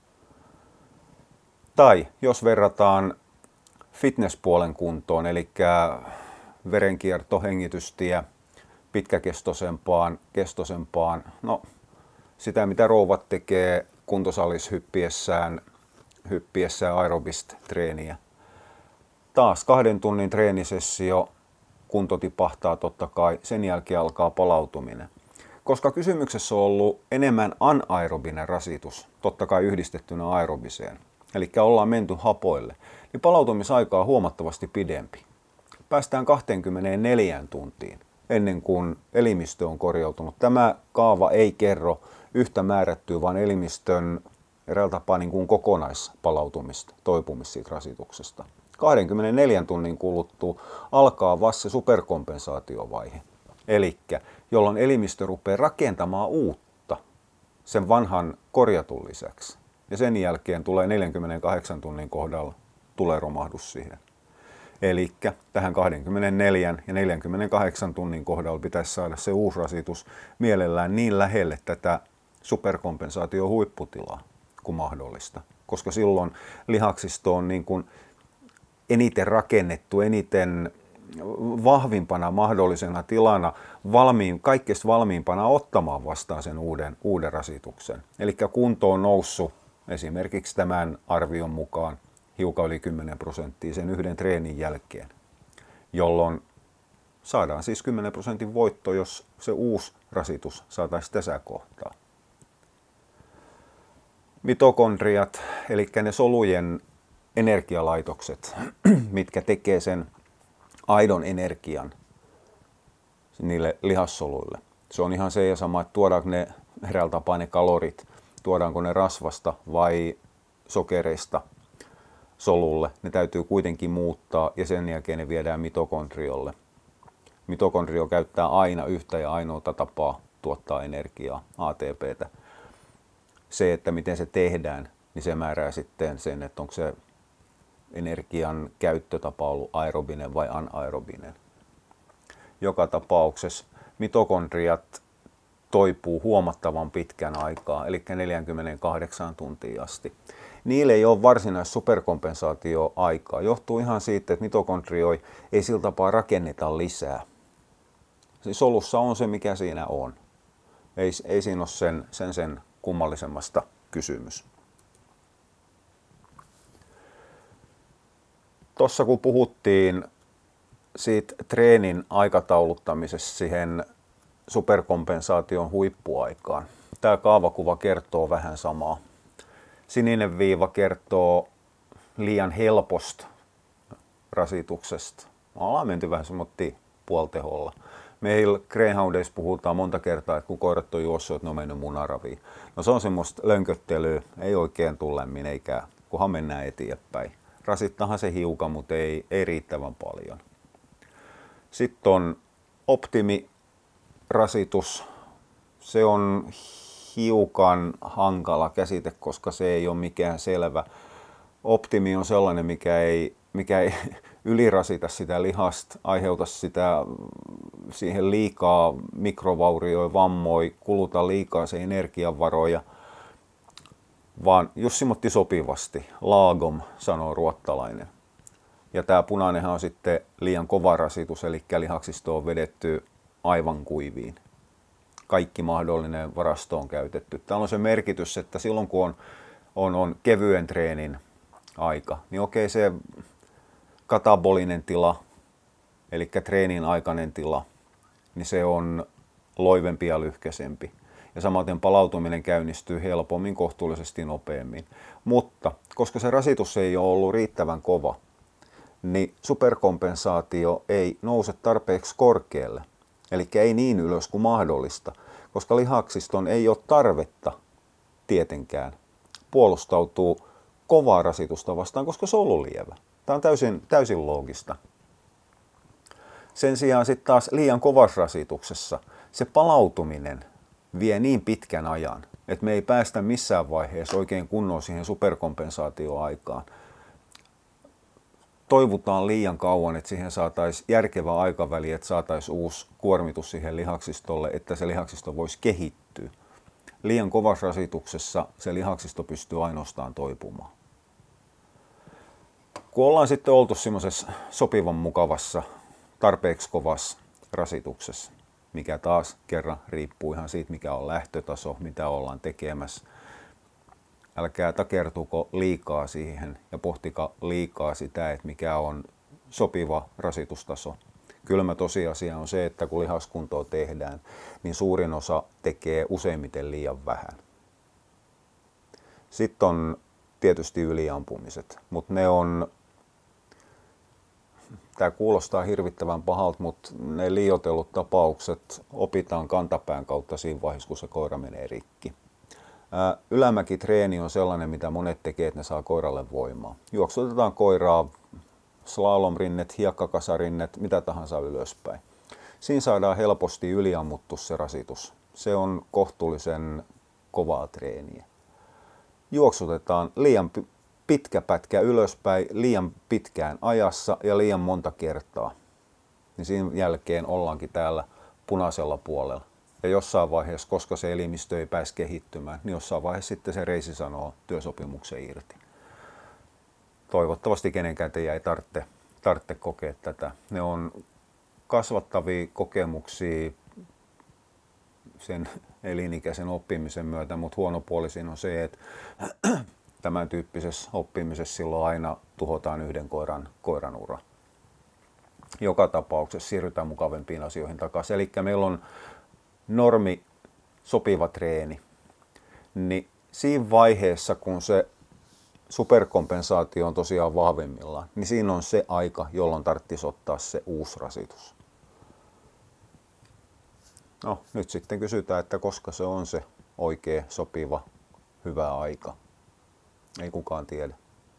Tai jos verrataan fitnesspuolen kuntoon, eli verenkierto, hengitystie, pitkäkestoisempaan, kestoisempaan, no sitä mitä rouvat tekee kuntosalissa hyppiessään, hyppiessään aerobista treeniä. Taas kahden tunnin treenisessio, kunto tipahtaa totta kai, sen jälkeen alkaa palautuminen. Koska kysymyksessä on ollut enemmän anaerobinen rasitus, totta kai yhdistettynä aerobiseen, eli ollaan menty hapoille, niin palautumisaika on huomattavasti pidempi. Päästään kaksikymmentäneljä tuntiin ennen kuin elimistö on korjautunut. Tämä kaava ei kerro yhtä määrättyä, vaan elimistön eräällä tapaa niin kuin kokonaispalautumista, toipumista siitä rasituksesta. kaksikymmentäneljän tunnin kuluttua alkaa vasta se superkompensaatiovaihe. Eli jolloin elimistö rupeaa rakentamaan uutta sen vanhan korjatun lisäksi. Ja sen jälkeen tulee neljänkymmenenkahdeksan tunnin kohdalla tulee romahdus siihen. Eli tähän kaksikymmentäneljä ja neljänkymmenenkahdeksan tunnin kohdalla pitäisi saada se uusi rasitus mielellään niin lähelle tätä superkompensaation huipputilaa kuin mahdollista. Koska silloin lihaksisto on niin kuin eniten rakennettu, eniten vahvimpana mahdollisena tilana, valmiin, kaikkein valmiimpana ottamaan vastaan sen uuden, uuden rasituksen. Eli kunto on noussut esimerkiksi tämän arvion mukaan hiukan yli kymmenen prosenttia sen yhden treenin jälkeen, jolloin saadaan siis kymmenen prosentin voitto, jos se uusi rasitus saataisiin tässä kohtaa. Mitokondriat, eli ne solujen energialaitokset, mitkä tekee sen aidon energian niille lihassoluille. Se on ihan se ja sama, että tuodaanko ne eräällä tapaa ne kalorit, tuodaanko ne rasvasta vai sokereista solulle. Ne täytyy kuitenkin muuttaa ja sen jälkeen ne viedään mitokondriolle. Mitokondrio käyttää aina yhtä ja ainoata tapaa tuottaa energiaa, A T P:tä. Se, että miten se tehdään, niin se määrää sitten sen, että onko se energian käyttötapa ollut aerobinen vai anaerobinen. Joka tapauksessa mitokondriat toipuu huomattavan pitkän aikaa, eli neljäkymmentäkahdeksan tuntia asti. Niille ei ole varsinaista superkompensaatioaikaa. Johtuu ihan siitä, että mitokondrioi ei sillä tapaa rakenneta lisää. Siis solussa on se, mikä siinä on. Ei, ei siinä ole sen, sen, sen kummallisemmasta kysymys. Tuossa kun puhuttiin siitä treenin aikatauluttamisesta siihen superkompensaation huippuaikaan, tämä kaavakuva kertoo vähän samaa. Sininen viiva kertoo liian helposta rasituksesta. Me ollaan menty vähän semmoittiin puolteholla. Meillä greyhoundeissa puhutaan monta kertaa, että kun koirat on juossut, että ne on mennyt munaraviin. No se on semmoista lönköttelyä, ei oikein tule lämmin, eikä kunhan mennään eteenpäin. Rasittahan se hiukan, mutta ei, ei riittävän paljon. Sitten on optimirasitus. Se on hiukan hankala käsite, koska se ei ole mikään selvä. Optimi on sellainen, mikä ei, mikä ei ylirasita sitä lihasta, aiheuta sitä, siihen liikaa mikrovaurioja, vammoja, kuluta liikaa se energiavaroja, vaan just simmotti sopivasti. Lagom, sanoo ruottalainen. Ja tämä punainenhan on sitten liian kova rasitus, eli lihaksisto on vedetty aivan kuiviin. Kaikki mahdollinen varasto on käytetty. Täällä on se merkitys, että silloin kun on, on, on kevyen treenin aika, niin okei se katabolinen tila, eli treenin aikainen tila, niin se on loivempi ja lyhkäisempi. Ja samaten palautuminen käynnistyy helpommin, kohtuullisesti nopeammin. Mutta koska se rasitus ei ole ollut riittävän kova, niin superkompensaatio ei nouse tarpeeksi korkealle. Eli ei niin ylös kuin mahdollista, koska lihaksiston ei ole tarvetta tietenkään puolustautuu kovaa rasitusta vastaan, koska se on ollut lievä. Tämä on täysin, täysin loogista. Sen sijaan sitten taas liian kovassa rasituksessa se palautuminen vie niin pitkän ajan, että me ei päästä missään vaiheessa oikein kunnolla siihen superkompensaatioaikaan. Toivotaan liian kauan, että siihen saataisiin järkevä aikaväli, että saataisiin uusi kuormitus siihen lihaksistolle, että se lihaksisto voisi kehittyä. Liian kovassa rasituksessa se lihaksisto pystyy ainoastaan toipumaan. Kun ollaan sitten oltu semmoisessa sopivan mukavassa, tarpeeksi kovassa rasituksessa, mikä taas kerran riippuu ihan siitä, mikä on lähtötaso, mitä ollaan tekemässä. Älkää takertuko liikaa siihen ja pohtika liikaa sitä, että mikä on sopiva rasitustaso. Kylmä tosiasia on se, että kun lihaskuntoa tehdään, niin suurin osa tekee useimmiten liian vähän. Sitten on tietysti yliampumiset, mutta ne on, tämä kuulostaa hirvittävän pahalta, mutta ne liioitellut tapaukset opitaan kantapään kautta siinä vaiheessa, kun se koira menee rikki. Ylämäkitreeni on sellainen, mitä monet tekee, että ne saa koiralle voimaa. Juoksutetaan koiraa, slalomrinnet, hiekkakasarinnet, mitä tahansa ylöspäin. Siinä saadaan helposti yliammuttu se rasitus. Se on kohtuullisen kovaa treeniä. Juoksutetaan liian pitkä pätkä ylöspäin, liian pitkään ajassa ja liian monta kertaa. Niin siinä jälkeen ollaankin täällä punaisella puolella. Ja jossain vaiheessa, koska se elimistö ei pääse kehittymään, niin jossain vaiheessa sitten se reisi sanoo työsopimuksen irti. Toivottavasti kenenkään teidän ei tarvitse, tarvitse kokea tätä. Ne on kasvattavia kokemuksia sen elinikäisen oppimisen myötä, mutta huono puoli siinä on se, että tämän tyyppisessä oppimisessa silloin aina tuhotaan yhden koiran, koiran ura. Joka tapauksessa siirrytään mukavempiin asioihin takaisin. Eli meillä on normi sopiva treeni, niin siinä vaiheessa, kun se superkompensaatio on tosiaan vahvemmillaan, niin siinä on se aika, jolloin tarvitsisi ottaa se uusi rasitus. No, nyt sitten kysytään, että koska se on se oikea, sopiva, hyvä aika. Ei kukaan tiedä.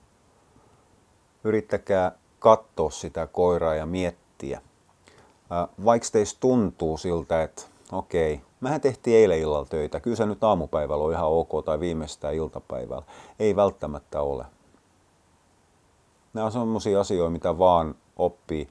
Yrittäkää katsoa sitä koiraa ja miettiä. Vaikka teistä tuntuu siltä, että okei, mehän tehtiin eilen illalla töitä, kyllä se nyt aamupäivällä on ihan ok tai viimeistään iltapäivällä. Ei välttämättä ole. Nämä on sellaisia asioita, mitä vaan oppii.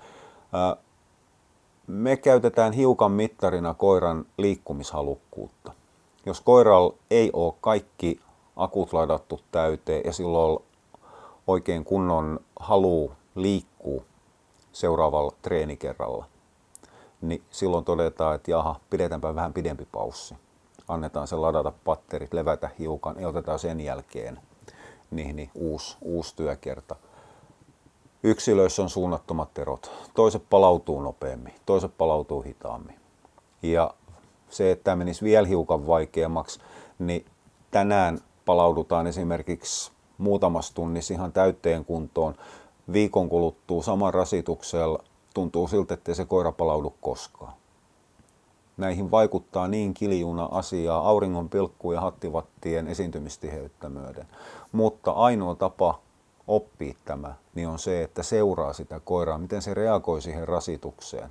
Me käytetään hiukan mittarina koiran liikkumishalukkuutta. Jos koiralla ei ole kaikki akut ladattu täyteen ja silloin oikein kunnon halu liikkuu seuraavalla treenikerralla, niin silloin todetaan, että jaha, pidetäänpä vähän pidempi paussi. Annetaan sen ladata patterit, levätä hiukan ja otetaan sen jälkeen niin, niin uusi, uusi työkerta. Yksilöissä on suunnattomat erot. Toiset palautuu nopeammin, toiset palautuu hitaammin. Ja se, että tämä menisi vielä hiukan vaikeammaksi, niin tänään palaudutaan esimerkiksi muutamassa tunnissa ihan täyteen kuntoon. Viikon kuluttua saman rasituksella tuntuu siltä, ettei se koira palaudu koskaan. Näihin vaikuttaa niin kiljuna asiaa auringon pilkku ja hattivattien esiintymistiheyttä myöden. Mutta ainoa tapa oppia tämä niin on se, että seuraa sitä koiraa, miten se reagoi siihen rasitukseen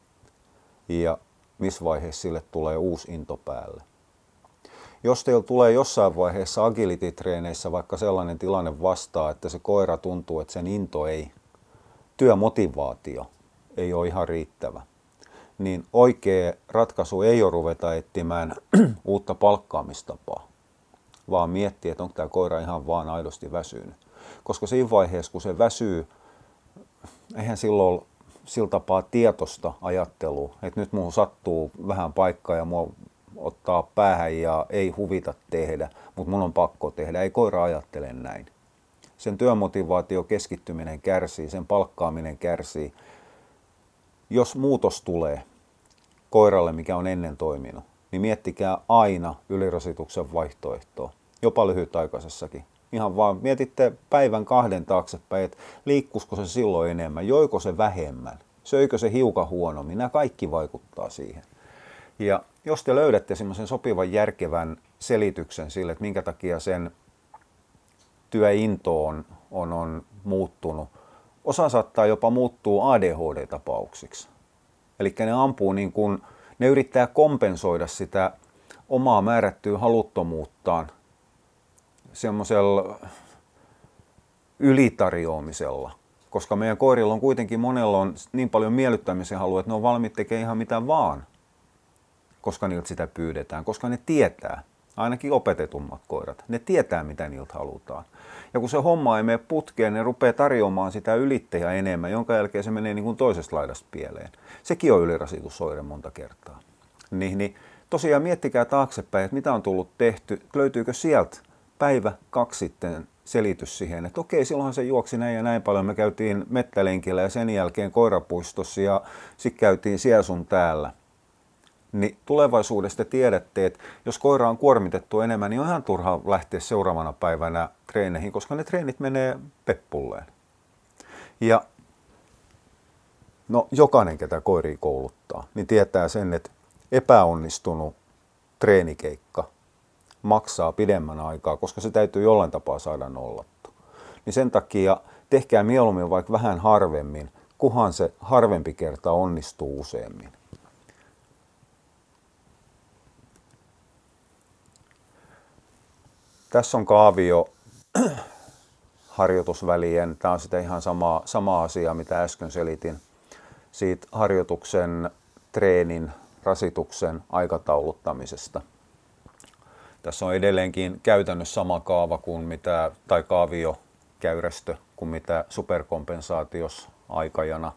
ja missä vaiheessa sille tulee uusi into päälle. Jos teillä tulee jossain vaiheessa agility-treeneissä vaikka sellainen tilanne vastaan, että se koira tuntuu, että sen into ei, työmotivaatio ei ole ihan riittävä, niin oikea ratkaisu ei ole ruveta etsimään uutta palkkaamistapaa, vaan miettiä, että onko tämä koira ihan vaan aidosti väsynyt. Koska siinä vaiheessa, kun se väsyy, eihän silloin ole sillä tapaa tietoista ajattelua, että nyt muuhun sattuu vähän paikkaa ja mua ottaa päähän ja ei huvita tehdä, mutta mun on pakko tehdä. Ei koira ajattele näin. Sen työmotivaatio, keskittyminen kärsii, sen palkkaaminen kärsii. Jos muutos tulee koiralle, mikä on ennen toiminut, niin miettikää aina ylirasituksen vaihtoehtoa, jopa lyhytaikaisessakin. Ihan vaan mietitte päivän kahden taaksepäin, että liikkuisiko se silloin enemmän, joiko se vähemmän, söikö se hiukan huonommin, nämä kaikki vaikuttaa siihen. Ja jos te löydätte semmoisen sopivan järkevän selityksen sille, että minkä takia sen työinto on, on, on muuttunut, osa saattaa jopa muuttua A D H D-tapauksiksi. Eli ne ampuu niin kuin, ne yrittää kompensoida sitä omaa määrättyä haluttomuuttaan semmoisella ylitarjoamisella, koska meidän koirilla on kuitenkin monella on niin paljon miellyttämisen halua, että ne on valmiit tekemään ihan mitä vaan, koska niiltä sitä pyydetään, koska ne tietää, ainakin opetetummat koirat, ne tietää mitä niiltä halutaan. Ja kun se homma ei mene putkeen, ne rupeaa tarjoamaan sitä ylittäjää enemmän, jonka jälkeen se menee niin kuin toisesta laidasta pieleen. Sekin on ylirasitusoire monta kertaa. Niin, niin tosiaan miettikää taaksepäin, että mitä on tullut tehty, löytyykö sieltä päivä kaksi sitten selitys siihen, että okei, silloinhan se juoksi näin ja näin paljon. Me käytiin mettälenkillä ja sen jälkeen koirapuistossa ja sitten käytiin siellä sun täällä. Niin tulevaisuudesta tiedätte, että jos koira on kuormitettu enemmän, niin on ihan turha lähteä seuraavana päivänä treeneihin, koska ne treenit menee peppulleen. Ja no, jokainen, ketä koiria kouluttaa, niin tietää sen, että epäonnistunut treenikeikka maksaa pidemmän aikaa, koska se täytyy jollain tapaa saada nollattu. Niin sen takia tehkää mieluummin vaikka vähän harvemmin, kunhan se harvempi kerta onnistuu useammin. Tässä on kaavio harjoitusvälien. Tämä on sitä ihan sama, sama asia, mitä äsken selitin. Siitä harjoituksen, treenin, rasituksen aikatauluttamisesta. Tässä on edelleenkin käytännössä sama kaava kuin mitä, tai kaaviokäyrästö kuin mitä superkompensaatiossa aikajana.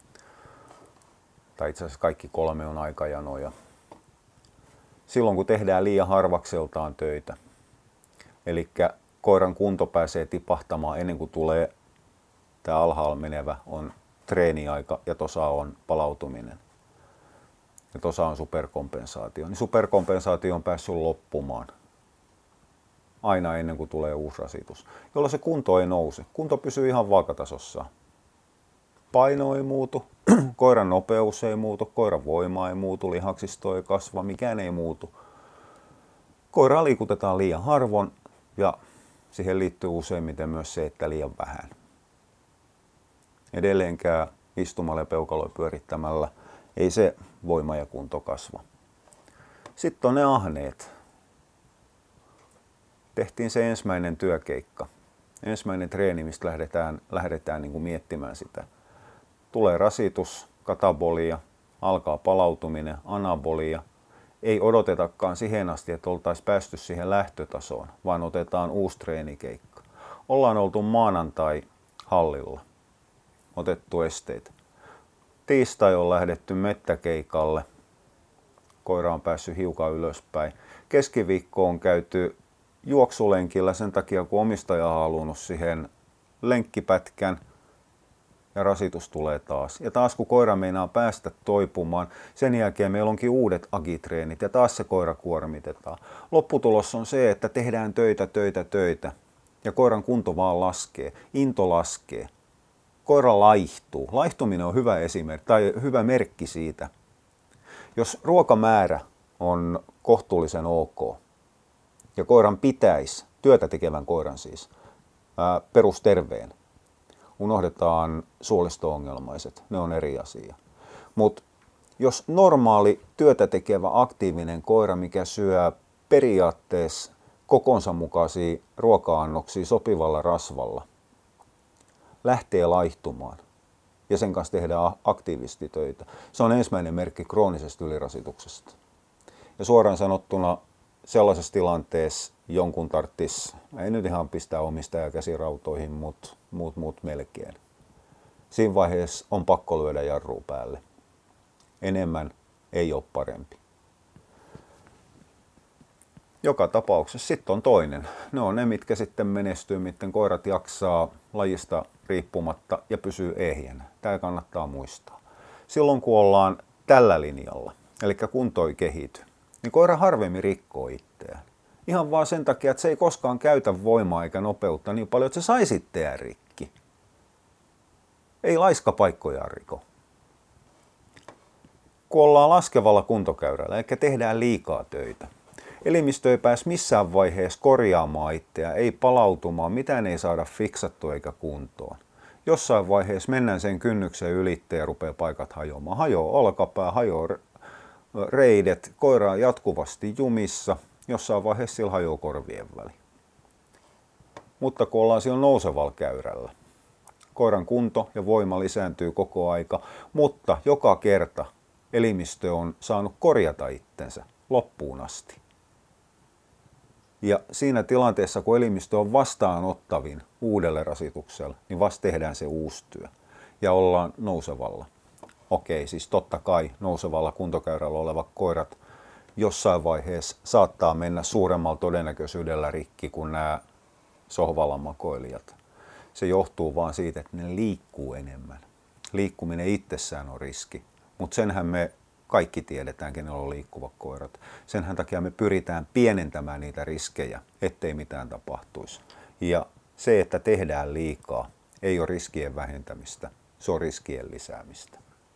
Tai itse asiassa kaikki kolme on aikajanoja. Silloin kun tehdään liian harvakseltaan töitä. Eli koiran kunto pääsee tipahtamaan ennen kuin tulee tämä alhaalla menevä on treeniaika ja tosa on palautuminen. Ja tosa on superkompensaatio. Niin superkompensaatio on päässyt loppumaan aina ennen kuin tulee uusi rasitus, jolla se kunto ei nouse. Kunto pysyy ihan vaakatasossa. Paino ei muutu, koiran nopeus ei muutu, koiran voima ei muutu, lihaksisto ei kasva, mikään ei muutu. Koiraa liikutetaan liian harvoin ja siihen liittyy useimmiten myös se, että liian vähän. Edelleenkään istumalla ja peukaloja pyörittämällä ei se voima ja kunto kasva. Sitten on ne ahneet. Tehtiin se ensimmäinen työkeikka. Ensimmäinen treeni, mistä lähdetään, lähdetään niin kuin miettimään sitä. Tulee rasitus, katabolia, alkaa palautuminen, anabolia. Ei odotetakaan siihen asti, että oltaisiin päästy siihen lähtötasoon, vaan otetaan uusi treenikeikka. Ollaan oltu maanantai hallilla, otettu esteitä. Tiistai on lähdetty mettäkeikalle, koira on päässyt hiukan ylöspäin. Keskiviikko on käyty juoksulenkillä sen takia, kun omistaja on halunnut siihen lenkkipätkän ja rasitus tulee taas. Ja taas kun koira meinaa päästä toipumaan, sen jälkeen meillä onkin uudet agitreenit ja taas se koira kuormitetaan. Lopputulos on se, että tehdään töitä, töitä, töitä ja koiran kunto vaan laskee, into laskee. Koira laihtuu. Laihtuminen on hyvä esimerkki tai hyvä merkki siitä. Jos ruokamäärä on kohtuullisen ok ja koiran pitäisi, työtä tekevän koiran siis, ää, perusterveen, unohdetaan suolisto-ongelmaiset, ne on eri asia. Mutta jos normaali työtä tekevä aktiivinen koira, mikä syö periaatteessa kokonsa mukaisia ruoka-annoksia sopivalla rasvalla, lähtee laihtumaan ja sen kanssa tehdään aktiivisesti töitä. Se on ensimmäinen merkki kroonisesta ylirasituksesta. Ja suoraan sanottuna sellaisessa tilanteessa jonkun tarvitsisi, ei nyt ihan pistää omistaja käsirautoihin, mutta muut, muut melkein. Siinä vaiheessa on pakko lyödä jarrua päälle. Enemmän ei ole parempi. Joka tapauksessa sitten on toinen. Ne on ne, mitkä sitten menestyy, miten koirat jaksaa lajista riippumatta ja pysyy ehjänä. Tämä kannattaa muistaa. Silloin kun ollaan tällä linjalla, eli kunto ei kehity, niin koira harvemmin rikkoo itseään. Ihan vaan sen takia, että se ei koskaan käytä voimaa eikä nopeutta niin paljon, että se saisi itseään rikki. Ei laiska paikkojaan riko. Kun ollaan laskevalla kuntokäyrällä, eli tehdään liikaa töitä, elimistö ei pääse missään vaiheessa korjaamaan itseään, ei palautumaan, mitään ei saada fiksattua eikä kuntoon. Jossain vaiheessa mennään sen kynnyksen ylitteen ja rupeaa paikat hajoamaan. Hajoo olkapää, hajoo reidet, koira on jatkuvasti jumissa, jossain vaiheessa sillä hajoo korvien väli. Mutta kun ollaan siellä nousevalla käyrällä, koiran kunto ja voima lisääntyy koko aika, mutta joka kerta elimistö on saanut korjata itsensä loppuun asti. Ja siinä tilanteessa, kun elimistö on vastaanottavin uudelle rasitukselle, niin vasta tehdään se uusi työ ja ollaan nousevalla. Okei, siis totta kai nousevalla kuntokäyrällä olevat koirat jossain vaiheessa saattaa mennä suuremmalla todennäköisyydellä rikki kuin nämä sohvalla makoilijat. Se johtuu vaan siitä, että ne liikkuu enemmän. Liikkuminen itsessään on riski, mutta senhän me kaikki tiedetään, kenellä on liikkuvat koirat. Senhän takia me pyritään pienentämään niitä riskejä, ettei mitään tapahtuisi. Ja se, että tehdään liikaa, ei ole riskien vähentämistä, se on riskien lisäämistä.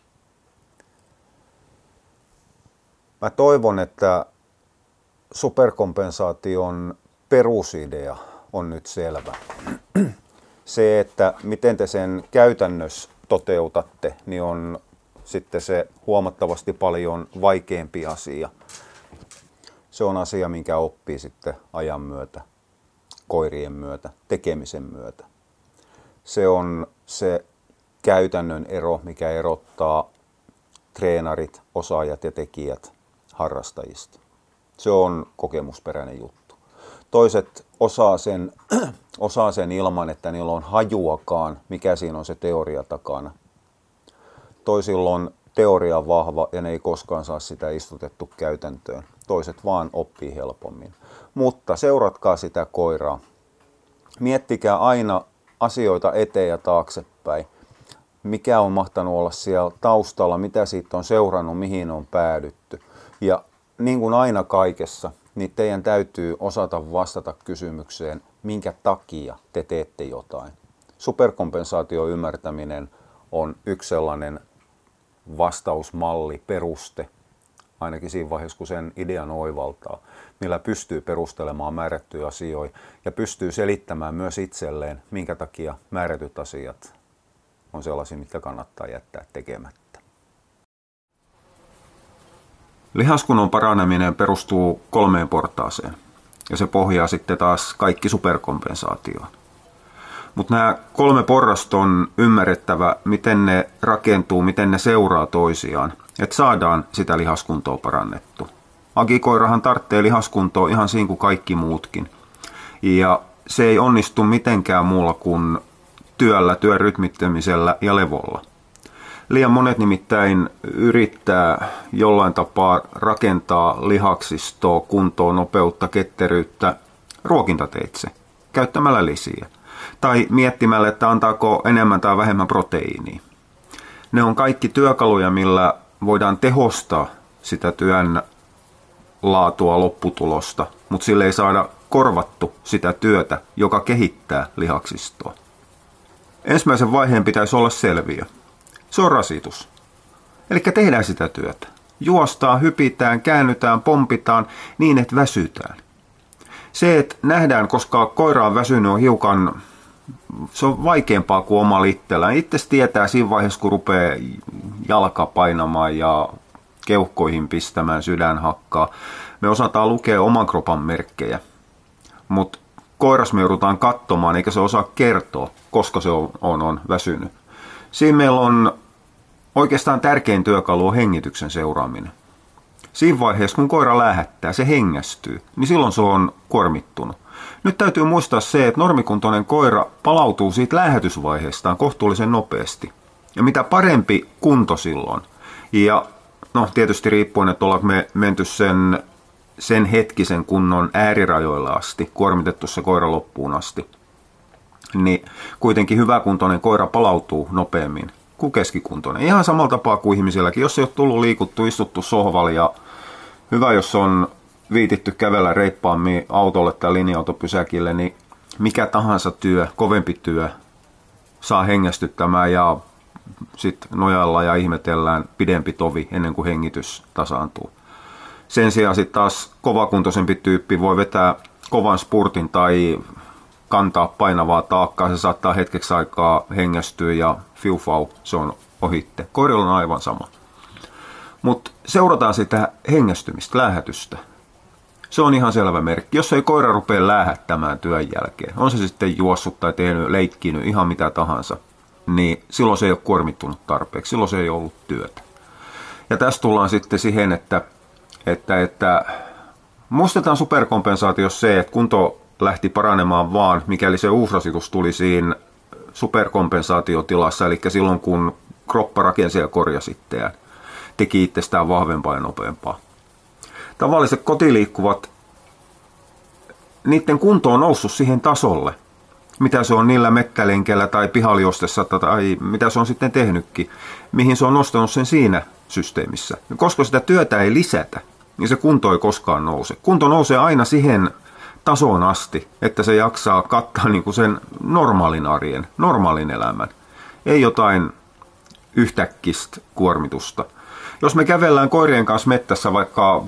Mä toivon, että superkompensaation perusidea on nyt selvä. Se, että miten te sen käytännössä toteutatte, niin on sitten se huomattavasti paljon vaikeampi asia. Se on asia, minkä oppii sitten ajan myötä, koirien myötä, tekemisen myötä. Se on se käytännön ero, mikä erottaa treenarit, osaajat ja tekijät harrastajista. Se on kokemusperäinen juttu. Toiset osaa sen, osaa sen ilman, että niillä on hajuakaan, mikä siinä on se teoria takana. toisilla on teoria vahva ja ne ei koskaan saa sitä istutettu käytäntöön. Toiset vaan oppii helpommin. Mutta seuratkaa sitä koiraa. Miettikää aina asioita eteen ja taaksepäin. Mikä on mahtanut olla siellä taustalla, mitä siitä on seurannut, mihin on päädytty. Ja niin kuin aina kaikessa, niin teidän täytyy osata vastata kysymykseen, minkä takia te teette jotain. Superkompensaation ymmärtäminen on yksi sellainen vastausmalli, peruste, ainakin siinä vaiheessa, kun sen idean oivaltaa, millä pystyy perustelemaan määrättyjä asioita ja pystyy selittämään myös itselleen, minkä takia määrätyt asiat on sellaisia, mitkä kannattaa jättää tekemättä. Lihaskunnon paraneminen perustuu kolmeen portaaseen ja se pohjaa sitten taas kaikki superkompensaatioon. Mutta nämä kolme porrasta on ymmärrettävä, miten ne rakentuu, miten ne seuraa toisiaan, että saadaan sitä lihaskuntoa parannettu. Agikoirahan tarvitsee lihaskuntoa ihan siinä kuin kaikki muutkin. Ja se ei onnistu mitenkään muulla kuin työllä, työn rytmittämisellä ja levolla. Liian monet nimittäin yrittää jollain tapaa rakentaa lihaksistoa, kuntoa, nopeutta, ketteryyttä ruokintateitse, käyttämällä lisiä. Tai miettimällä, että antaako enemmän tai vähemmän proteiiniä. Ne on kaikki työkaluja, millä voidaan tehostaa sitä työn laatua, lopputulosta, mutta sille ei saada korvattu sitä työtä, joka kehittää lihaksistoa. Ensimmäisen vaiheen pitäisi olla selviö. Se on rasitus. Eli tehdään sitä työtä. Juostaan, hypitään, käännytään, pompitaan niin, että väsytään. Se, että nähdään, koska koira on väsynyt, on hiukan, se on vaikeampaa kuin oma itsellään. Itse tietää siinä vaiheessa, kun rupeaa jalka painamaan ja keuhkoihin pistämään, sydän hakkaa. Me osataan lukea oman kropan merkkejä, mutta koiras me joudutaan katsomaan, eikä se osaa kertoa, koska se on, on, on väsynyt. Siinä meillä on oikeastaan tärkein työkalu on hengityksen seuraaminen. Siinä vaiheessa, kun koira lähettää, se hengästyy, niin silloin se on kuormittunut. Nyt täytyy muistaa se, että normikuntoinen koira palautuu siitä lähetysvaiheestaan kohtuullisen nopeasti. Ja mitä parempi kunto silloin, ja no tietysti riippuen, että ollaanko me menty sen, sen hetkisen kunnon äärirajoilla asti, kuormitettu se koira loppuun asti, niin kuitenkin hyväkuntoinen koira palautuu nopeammin kuin keskikuntoinen. Ihan samalla tapaa kuin ihmisilläkin. Jos ei ole tullut liikuttu, istuttu sohvalle ja hyvä, jos on viititty kävellä reippaammin autolle tai linja-autopysäkille, niin mikä tahansa työ, kovempi työ saa hengästyttämään ja sitten nojaillaan ja ihmetellään pidempi tovi ennen kuin hengitys tasaantuu. Sen sijaan sitten taas kovakuntoisempi tyyppi voi vetää kovan spurtin tai kantaa painavaa taakkaa, se saattaa hetkeksi aikaa hengästyä ja fiufau, se on ohitte. Koirilla on aivan sama. Mutta seurataan sitä hengästymistä, läähätystä. Se on ihan selvä merkki. Jos ei koira rupea läähättämään työn jälkeen, on se sitten juossut tai tehnyt, leikkinyt, ihan mitä tahansa, niin silloin se ei ole kuormittunut tarpeeksi, silloin se ei ollut työtä. Ja tässä tullaan sitten siihen, että, että, että muistetaan superkompensaatiossa se, että kunto lähti paranemaan vaan, mikäli se uusrasitus tuli siinä superkompensaatiotilassa, eli silloin kun kroppa rakensi ja korjasi itseään, teki itsestään vahvempaa ja nopeampaa. Tavalliset kotiliikkuvat, niiden kunto on noussut siihen tasolle, mitä se on niillä mekkälenkeillä tai pihaliostessa tai mitä se on sitten tehnytkin, mihin se on nostanut sen siinä systeemissä. Koska sitä työtä ei lisätä, niin se kunto ei koskaan nouse. Kunto nousee aina siihen tasoon asti, että se jaksaa kattaa niin kuin sen normaalin arjen, normaalin elämän. Ei jotain yhtäkkistä kuormitusta. Jos me kävellään koirien kanssa mettässä vaikka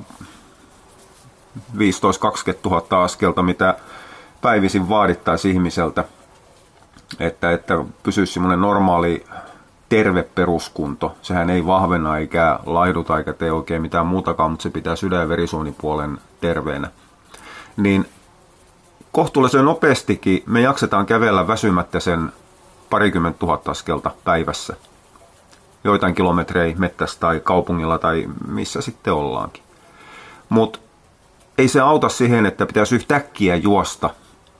viisitoista kaksikymmentä tuhatta askelta, mitä päivisin vaadittaisiin ihmiseltä, että, että pysyisi semmoinen normaali terve peruskunto. Sehän ei vahvenna eikä laihduta eikä tee oikein mitään muutakaan, mutta se pitää sydän- ja verisuonipuolen terveenä. Niin kohtuullisen nopeastikin me jaksetaan kävellä väsymättä sen parikymmentä tuhatta askelta päivässä. Joitain kilometrejä mettässä tai kaupungilla tai missä sitten ollaankin. Mutta ei se auta siihen, että pitäisi yhtäkkiä juosta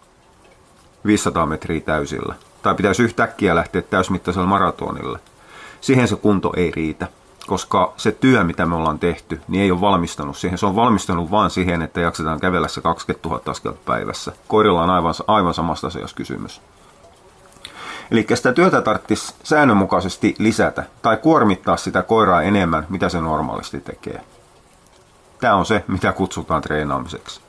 viisisataa metriä täysillä. Tai pitäisi yhtäkkiä lähteä täysmittaisella maratonille. siihen se kunto ei riitä, koska se työ, mitä me ollaan tehty, niin ei ole valmistanut siihen. Se on valmistanut vain siihen, että jaksetaan kävellä se kaksikymmentätuhatta askelta päivässä. Koirilla on aivan, aivan samasta asiasta kysymys. Eli sitä työtä tarvitsisi säännönmukaisesti lisätä tai kuormittaa sitä koiraa enemmän, mitä se normaalisti tekee. Tämä on se, mitä kutsutaan treenaamiseksi.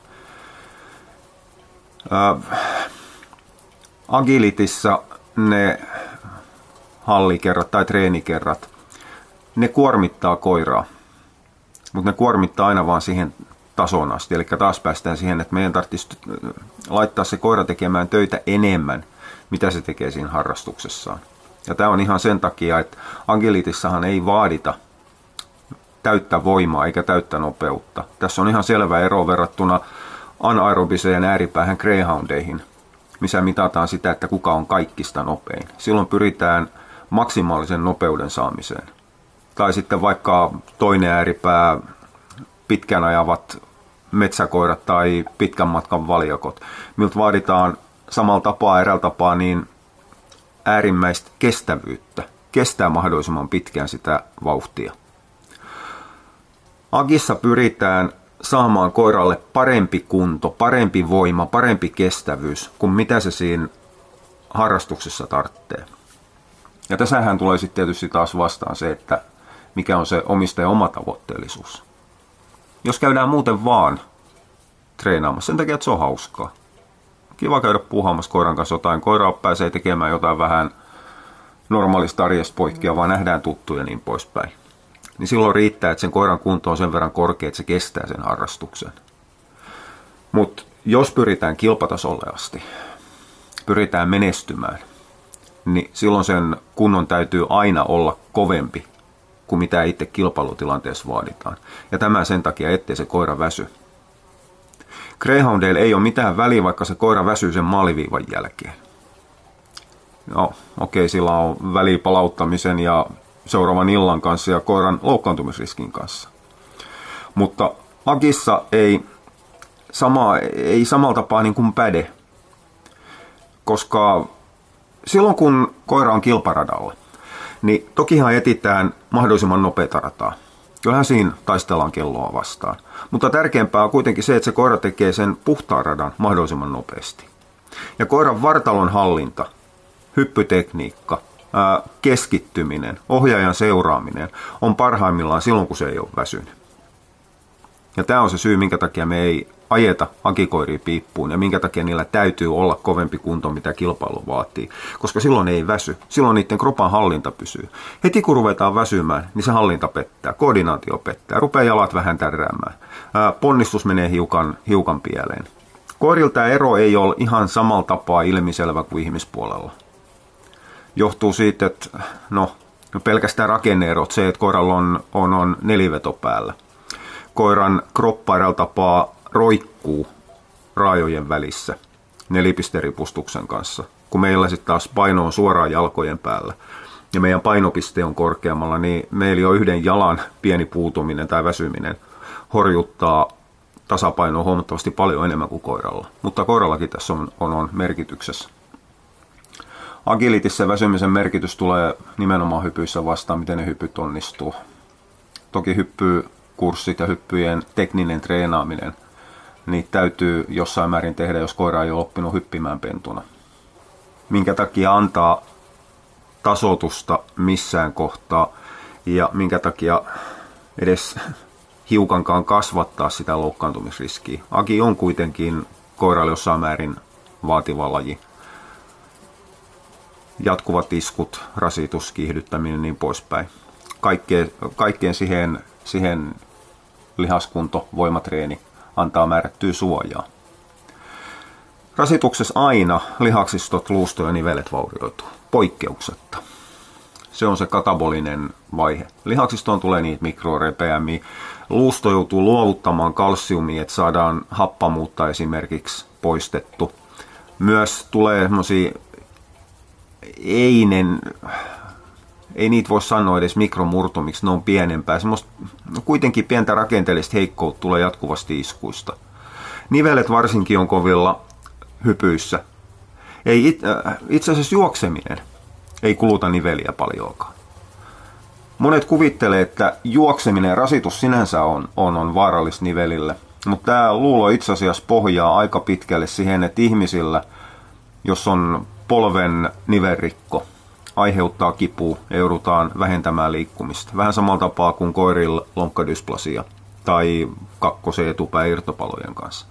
Äh, agilitissa ne hallikerrat tai treenikerrat, ne kuormittaa koiraa, mutta ne kuormittaa aina vaan siihen tasoon asti. Eli taas päästään siihen, että meidän tarvitsisi laittaa se koira tekemään töitä enemmän, mitä se tekee siinä harrastuksessaan. Ja tämä on ihan sen takia, että agilitissahan ei vaadita täyttä voimaa eikä täyttä nopeutta. Tässä on ihan selvä ero verrattuna anaerobiseen ääripäähän greyhoundeihin, missä mitataan sitä, että kuka on kaikista nopein. Silloin pyritään maksimaalisen nopeuden saamiseen. Tai sitten vaikka toinen ääripää, pitkän ajavat metsäkoirat tai pitkän matkan valjakot, miltä vaaditaan samalla tapaa, eräältä tapaa niin äärimmäistä kestävyyttä, kestää mahdollisimman pitkään sitä vauhtia. Agissa pyritään saamaan koiralle parempi kunto, parempi voima, parempi kestävyys kuin mitä se siinä harrastuksessa tarvitsee. Ja tässähän tulee sitten tietysti taas vastaan se, että mikä on se omistajan oma tavoitteellisuus. Jos käydään muuten vaan treenaamassa sen takia, että se on hauskaa. Kiva käydä puuhaamassa koiran kanssa jotain. Koira pääsee tekemään jotain vähän normaalista arjesta poikkea, vaan nähdään tuttuja ja niin poispäin. Niin silloin riittää, että sen koiran kunto on sen verran korkea, että se kestää sen harrastuksen. Mutta jos pyritään kilpatasolle asti, pyritään menestymään, niin silloin sen kunnon täytyy aina olla kovempi kuin mitä itse kilpailutilanteessa vaaditaan. Ja tämä sen takia, ettei se koira väsy. Greyhoundeilla ei ole mitään väliä, vaikka se koira väsyy sen maaliviivan jälkeen. No, okei, sillä on väliä palauttamisen ja seuraavan illan kanssa ja koiran loukkaantumisriskin kanssa. Mutta agissa ei, sama, ei samalla tapaa niin kuin päde, koska silloin kun koira on kilparadalla, niin tokihan etsitään mahdollisimman nopeata rataa. Kyllähän siinä taistellaan kelloa vastaan. Mutta tärkeämpää on kuitenkin se, että se koira tekee sen puhtaan radan mahdollisimman nopeasti. Ja koiran vartalon hallinta, hyppytekniikka, ää, keskittyminen, ohjaajan seuraaminen on parhaimmillaan silloin, kun se ei ole väsynyt. Ja tämä on se syy, minkä takia me ei ajeta agikoiria piippuun ja minkä takia niillä täytyy olla kovempi kunto, mitä kilpailu vaatii. Koska silloin ei väsy. Silloin niiden kropan hallinta pysyy. Heti kun ruvetaan väsymään, niin se hallinta pettää, koordinaatio pettää, rupeaa jalat vähän tärräämään. Ää, ponnistus menee hiukan, hiukan pieleen. Koirilla tämä ero ei ole ihan samalla tapaa ilmiselvä kuin ihmispuolella. Johtuu siitä, että no, pelkästään rakenne-erot, se, että koiralla on, on, on neliveto päällä. Koiran kroppa eräältä tapaa roikkuu raajojen välissä nelipisteripustuksen kanssa, kun meillä sitten taas paino on suoraan jalkojen päällä ja meidän painopiste on korkeammalla, niin meillä jo yhden jalan pieni puutuminen tai väsyminen horjuttaa tasapainoa huomattavasti paljon enemmän kuin koiralla. Mutta koirallakin tässä on, on, on merkityksessä. Agilitissä väsymisen merkitys tulee nimenomaan hypyissä vastaan, miten ne hypyt onnistuu. Toki hyppykurssit ja hyppyjen tekninen treenaaminen, niitä täytyy jossain määrin tehdä, jos koira ei ole oppinut hyppimään pentuna. Minkä takia antaa tasoitusta missään kohtaa ja minkä takia edes hiukankaan kasvattaa sitä loukkaantumisriskiä. Agi on kuitenkin koiralle jossain määrin vaativa laji. Jatkuvat iskut, rasitus, kiihdyttäminen ja niin poispäin. Kaikkeen, kaikkeen siihen, siihen lihaskunto, voimatreeni antaa määrättyä suojaa. Rasituksessa aina lihaksistot, luusto ja nivelet vaurioituu, poikkeuksetta. Se on se katabolinen vaihe. Lihaksistoon tulee niitä mikrorepeämiä. Luusto joutuu luovuttamaan kalsiumia, että saadaan happamuutta esimerkiksi poistettu. Myös tulee semmoisia Einen, ei niitä voi sanoa edes mikromurtumiksi, ne on pienempää. Semmoista no kuitenkin pientä rakenteellista heikkoutta tulee jatkuvasti iskuista. Nivelet varsinkin on kovilla hypyissä. Ei it, äh, itse asiassa juokseminen ei kuluta niveliä paljoakaan. Monet kuvittelee, että juokseminen ja rasitus sinänsä on, on, on vaarallista nivelille, mutta tämä luulo itse asiassa pohjaa aika pitkälle siihen, että ihmisillä, jos on polven nivelrikko, aiheuttaa kipua ja joudutaan vähentämään liikkumista. Vähän samalla tapaa kuin koirilla lonkkadysplasia tai kakkosen etupää irtopalojen kanssa.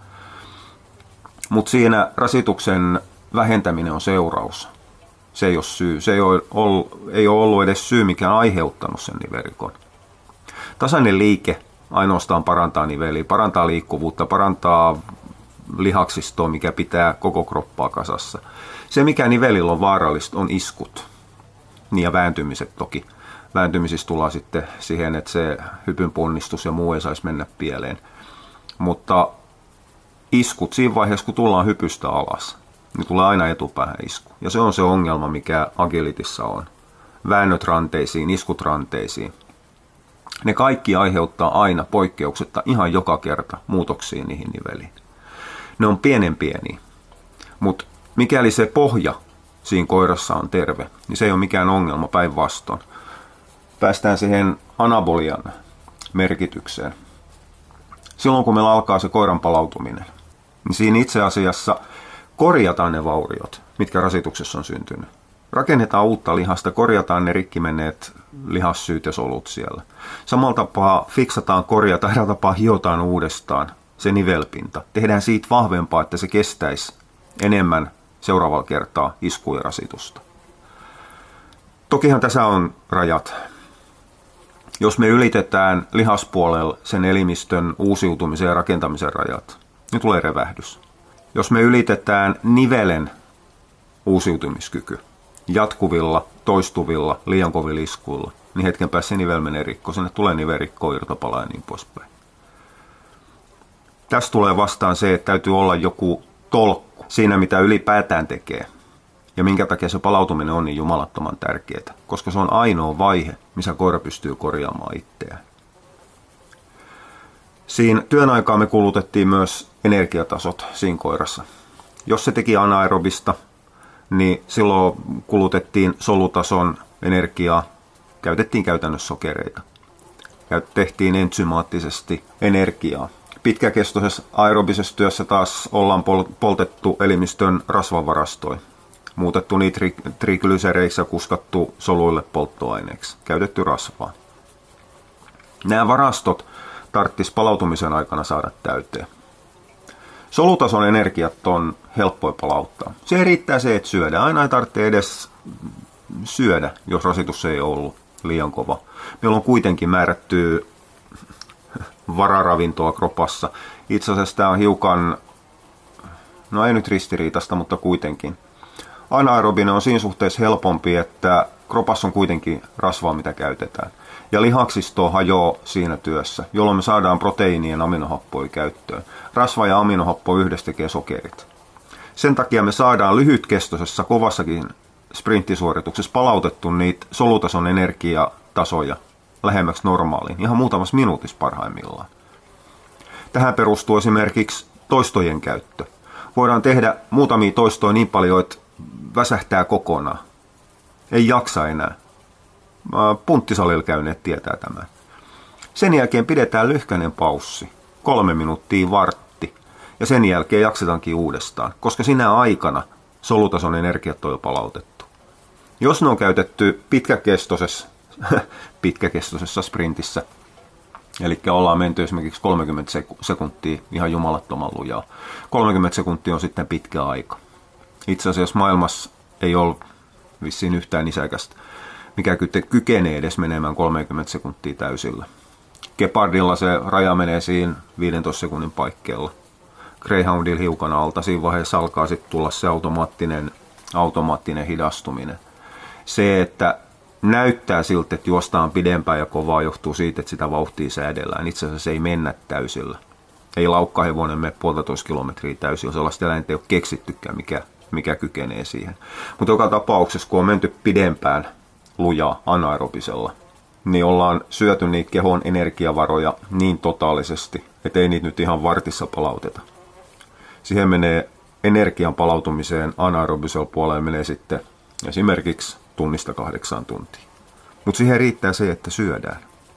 Mutta siinä rasituksen vähentäminen on seuraus. Se ei ole syy. Se ei ole ollut, ei ole ollut edes syy, mikä on aiheuttanut sen nivelrikon. Tasainen liike ainoastaan parantaa niveliä, parantaa liikkuvuutta, parantaa lihaksistoa, mikä pitää koko kroppaa kasassa. Se, mikä nivelillä on vaarallista, on iskut. Niin ja vääntymiset toki. Vääntymisistä tullaan sitten siihen, että se hypyn ponnistus ja muu ei saisi mennä pieleen. Mutta iskut siinä vaiheessa, kun tullaan hypystä alas, niin tulee aina etupäähän isku. Ja se on se ongelma, mikä agilitissa on. Väännöt ranteisiin, iskut ranteisiin. Ne kaikki aiheuttaa aina poikkeuksetta ihan joka kerta muutoksia niihin niveliin. Ne on pienen pieniä, mutta mikäli se pohja siinä koirassa on terve, niin se ei ole mikään ongelma, päinvastoin. Päästään siihen anabolian merkitykseen. Silloin kun meillä alkaa se koiran palautuminen, niin siinä itse asiassa korjataan ne vauriot, mitkä rasituksessa on syntynyt. Rakennetaan uutta lihasta, korjataan ne rikki menneet lihassyyt ja solut siellä. Samalla tapaa fiksataan, korjataan, eräällä tapaa hiotaan uudestaan se nivelpinta. Tehdään siitä vahvempaa, että se kestäisi enemmän seuraavalla kertaa iskua ja rasitusta. Tokihan tässä on rajat. Jos me ylitetään lihaspuolella sen elimistön uusiutumisen ja rakentamisen rajat, niin tulee revähdys. Jos me ylitetään nivelen uusiutumiskyky jatkuvilla, toistuvilla, liian kovilla iskuilla, niin hetken päässä se nivel menee rikko, sinne tulee nivelrikko, irtopala ja niin poispäin. Tässä tulee vastaan se, että täytyy olla joku tolkku siinä, mitä ylipäätään tekee. Ja minkä takia se palautuminen on niin jumalattoman tärkeää, koska se on ainoa vaihe, missä koira pystyy korjaamaan itseään. Siinä työn aikaa me kulutettiin myös energiatasot siinä koirassa. Jos se teki anaerobista, niin silloin kulutettiin solutason energiaa, käytettiin käytännössä sokereita. Tehtiin entsymaattisesti energiaa. Pitkäkestoisessa aerobisessa työssä taas ollaan poltettu elimistön rasvavarastoja. Muutettu niitä triglysereissä, kuskattu soluille polttoaineeksi. Käytetty rasvaa. Nämä varastot tarvitsisi palautumisen aikana saada täyteen. Solutason energiat on helppoa palauttaa. Se riittää se, että syödään. Aina ei tarvitse edes syödä, jos rasitus ei ollut liian kova. Meillä on kuitenkin määrätty vararavintoa kropassa. Itse asiassa tämä on hiukan, no ei nyt ristiriitasta, mutta kuitenkin. Anaerobinen on siinä suhteessa helpompi, että kropassa on kuitenkin rasvaa, mitä käytetään. Ja lihaksisto hajoaa siinä työssä, jolloin me saadaan proteiinien aminohappoja käyttöön. Rasva ja aminohappo yhdessä tekee sokerit. Sen takia me saadaan lyhytkestoisessa kovassakin sprinttisuorituksessa palautettu niitä solutason energiatasoja lähemmäksi normaaliin, ihan muutamassa minuutissa parhaimmillaan. Tähän perustuu esimerkiksi toistojen käyttö. Voidaan tehdä muutamia toistoja niin paljon, että väsähtää kokonaan. Ei jaksa enää. Punttisalilla käyneet tietää tämän. Sen jälkeen pidetään lyhkäinen paussi, kolme minuuttia vartti, ja sen jälkeen jaksetaankin uudestaan, koska sinä aikana solutason energiat on jo palautettu. Jos ne on käytetty pitkäkestoisessa, pitkäkestoisessa sprintissä, eli ollaan menty esimerkiksi kolmekymmentä sekuntia ihan jumalattoman lujaa, kolmekymmentä sekuntia on sitten pitkä aika. Itse asiassa maailmassa ei ole vissiin yhtään nisäkästä, mikä kykenee edes menemään kolmekymmentä sekuntia täysillä. Gepardilla se raja menee siinä viidentoista sekunnin paikkeilla. Greyhoundilla hiukan alta. Siinä vaiheessa alkaa sitten tulla se automaattinen, automaattinen hidastuminen. Se, että näyttää siltä, että juostaan pidempään ja kovaa, johtuu siitä, että sitä vauhtia säädellään. Itse asiassa se ei mennä täysillä. Ei laukkahevonen mene puolitoista kilometriä täysillä. Sellaista eläintä ei ole keksittykään, mikä, mikä kykenee siihen. Mutta joka tapauksessa, kun on menty pidempään lujaa anaerobisella, niin ollaan syöty niitä kehon energiavaroja niin totaalisesti, että ei niitä nyt ihan vartissa palauteta. Siihen menee energian palautumiseen anaerobisella puolella menee sitten esimerkiksi tunnista kahdeksaan tuntia. mutta siihen riittää se, että syödään.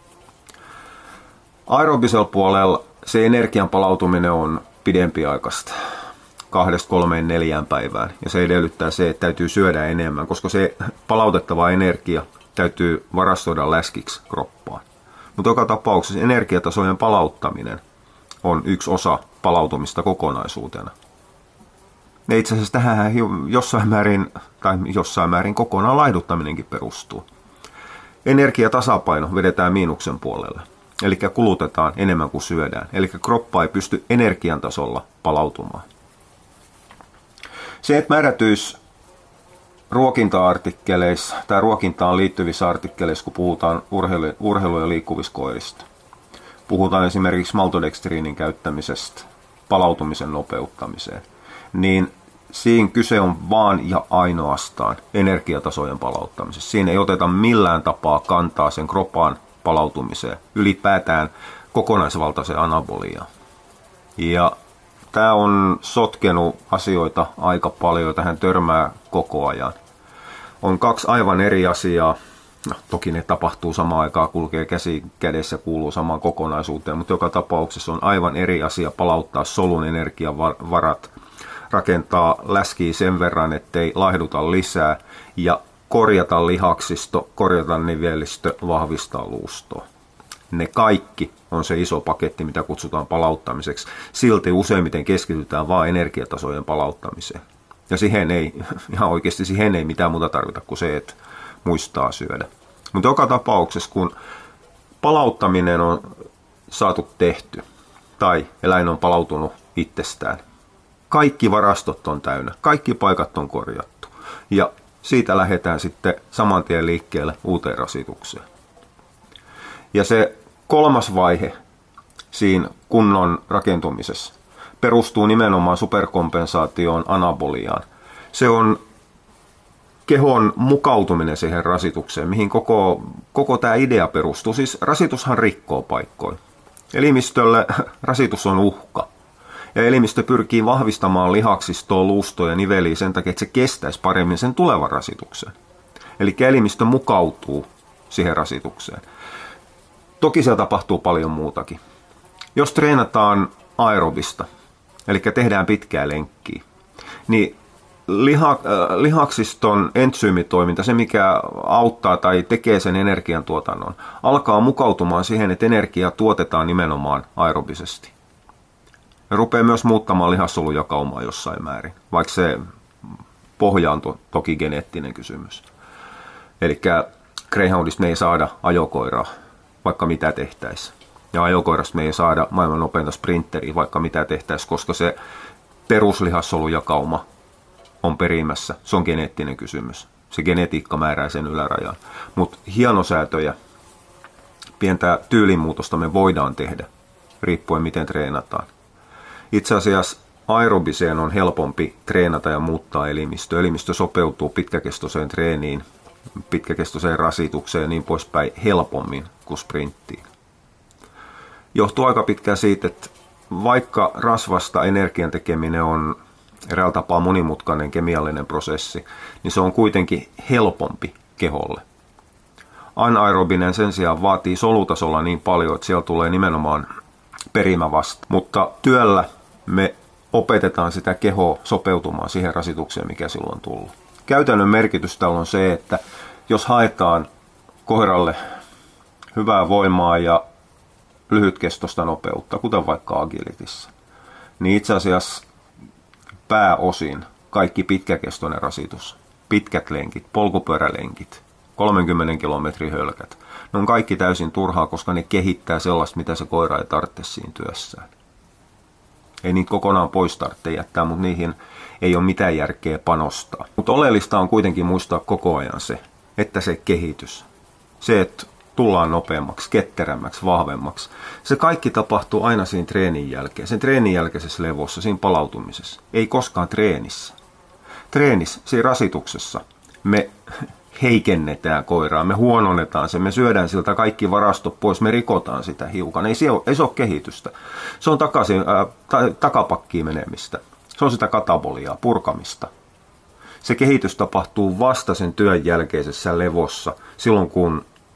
Aerobisella puolella se energian palautuminen on pidempiaikaista, kahdesta kolmeen neljään päivään, ja se edellyttää se, että täytyy syödä enemmän, koska se palautettava energia täytyy varastoida läskiksi kroppaan. Mutta joka tapauksessa energiatasojen palauttaminen on yksi osa palautumista kokonaisuutena. Ja itse asiassa tähän jossain määrin, tai jossain määrin kokonaan laihduttaminenkin perustuu. Energiatasapaino vedetään miinuksen puolelle, eli kulutetaan enemmän kuin syödään, eli kroppa ei pysty energian tasolla palautumaan. Se, että määrätyisi ruokinta-artikkeleissa tai ruokintaan liittyvissä artikkeleissa, kun puhutaan urheilu, urheilu- ja liikkuvista koirista, puhutaan esimerkiksi maltodextriinin käyttämisestä palautumisen nopeuttamiseen, niin siinä kyse on vaan ja ainoastaan energiatasojen palauttamisesta. Siinä ei oteta millään tapaa kantaa sen kropan palautumiseen, ylipäätään kokonaisvaltaisen anaboliaan. Ja tämä on sotkenut asioita aika paljon, tähän törmää koko ajan. On kaksi aivan eri asiaa. No, toki ne tapahtuu samaan aikaan, kulkee käsi kädessä, kuuluu samaan kokonaisuuteen, mutta joka tapauksessa on aivan eri asia palauttaa solun energiavarat, rakentaa läskiä sen verran, ettei laihduta lisää, ja korjata lihaksisto, korjata nivelistö, vahvistaa luustoa. Ne kaikki on se iso paketti, mitä kutsutaan palauttamiseksi. Silti useimmiten keskitytään vain energiatasojen palauttamiseen. Ja siihen ei, ihan oikeasti siihen ei mitään muuta tarvita kuin se, että muistaa syödä. Mutta joka tapauksessa, kun palauttaminen on saatu tehty, tai eläin on palautunut itsestään, kaikki varastot on täynnä, kaikki paikat on korjattu. Ja siitä lähdetään sitten saman tien liikkeelle uuteen rasitukseen. Ja se kolmas vaihe siinä kunnon rakentumisessa perustuu nimenomaan superkompensaatioon, anaboliaan. Se on kehon mukautuminen siihen rasitukseen, mihin koko, koko tämä idea perustuu. Siis rasitushan rikkoo paikkoja. Elimistölle rasitus on uhka. Ja elimistö pyrkii vahvistamaan lihaksistoa, luustoa ja niveliä sen takia, että se kestäisi paremmin sen tulevan rasituksen. Eli elimistö mukautuu siihen rasitukseen. Toki siellä tapahtuu paljon muutakin. Jos treenataan aerobista, eli tehdään pitkää lenkkiä, niin liha, äh, lihaksiston entsyymitoiminta, se mikä auttaa tai tekee sen energiantuotannon, alkaa mukautumaan siihen, että energia tuotetaan nimenomaan aerobisesti. Ja rupeaa myös muuttamaan lihassolujakauma jossain määrin, vaikka se pohja on to, toki geneettinen kysymys. Eli greyhoundista me ei saada ajokoiraa, vaikka mitä tehtäisiin. Ja ajokoirasta me ei saada maailman nopeinta sprinteriä, vaikka mitä tehtäisiin, koska se peruslihassolujakauma on perimässä. Se on geneettinen kysymys. Se genetiikka määrää sen ylärajan. Mutta hienosäätöjä, pientä tyylinmuutosta me voidaan tehdä, riippuen miten treenataan. Itse asiassa aerobiseen on helpompi treenata ja muuttaa elimistö. Elimistö sopeutuu pitkäkestoiseen treeniin, pitkäkestoiseen rasitukseen ja niin poispäin helpommin kuin sprinttiin. Johtuu aika pitkään siitä, että vaikka rasvasta energian tekeminen on eräällä tapaa monimutkainen kemiallinen prosessi, niin se on kuitenkin helpompi keholle. Anaerobinen sen sijaan vaatii solutasolla niin paljon, että siellä tulee nimenomaan perimä vasta. Mutta työllä me opetetaan sitä kehoa sopeutumaan siihen rasitukseen, mikä silloin on tullut. Käytännön merkitys tällä on se, että jos haetaan koiralle hyvää voimaa ja lyhytkestoista nopeutta, kuten vaikka agilitissa, niin itse asiassa pääosin kaikki pitkäkestoinen rasitus, pitkät lenkit, polkupyörälenkit, kolmenkymmenen kilometrin hölkät, ne on kaikki täysin turhaa, koska ne kehittää sellaista, mitä se koira ei tarvitse siinä työssään. Ei niitä kokonaan pois tarvitse jättää, mutta niihin ei ole mitään järkeä panostaa. Mutta oleellista on kuitenkin muistaa koko ajan se, että se kehitys, se, että tullaan nopeammaksi, ketterämmäksi, vahvemmaksi, se kaikki tapahtuu aina siinä treenin jälkeen, sen treenin jälkeisessä levossa, siinä palautumisessa, ei koskaan treenissä. Treenissä, siinä rasituksessa, me heikennetään koiraa, me huononnetaan se, me syödään siltä kaikki varastot pois, me rikotaan sitä hiukan. Ei se ole, ei se ole kehitystä. Se on takaisin, ää, ta, takapakkiin menemistä. Se on sitä kataboliaa, purkamista. Se kehitys tapahtuu vasta sen työn jälkeisessä levossa, silloin kun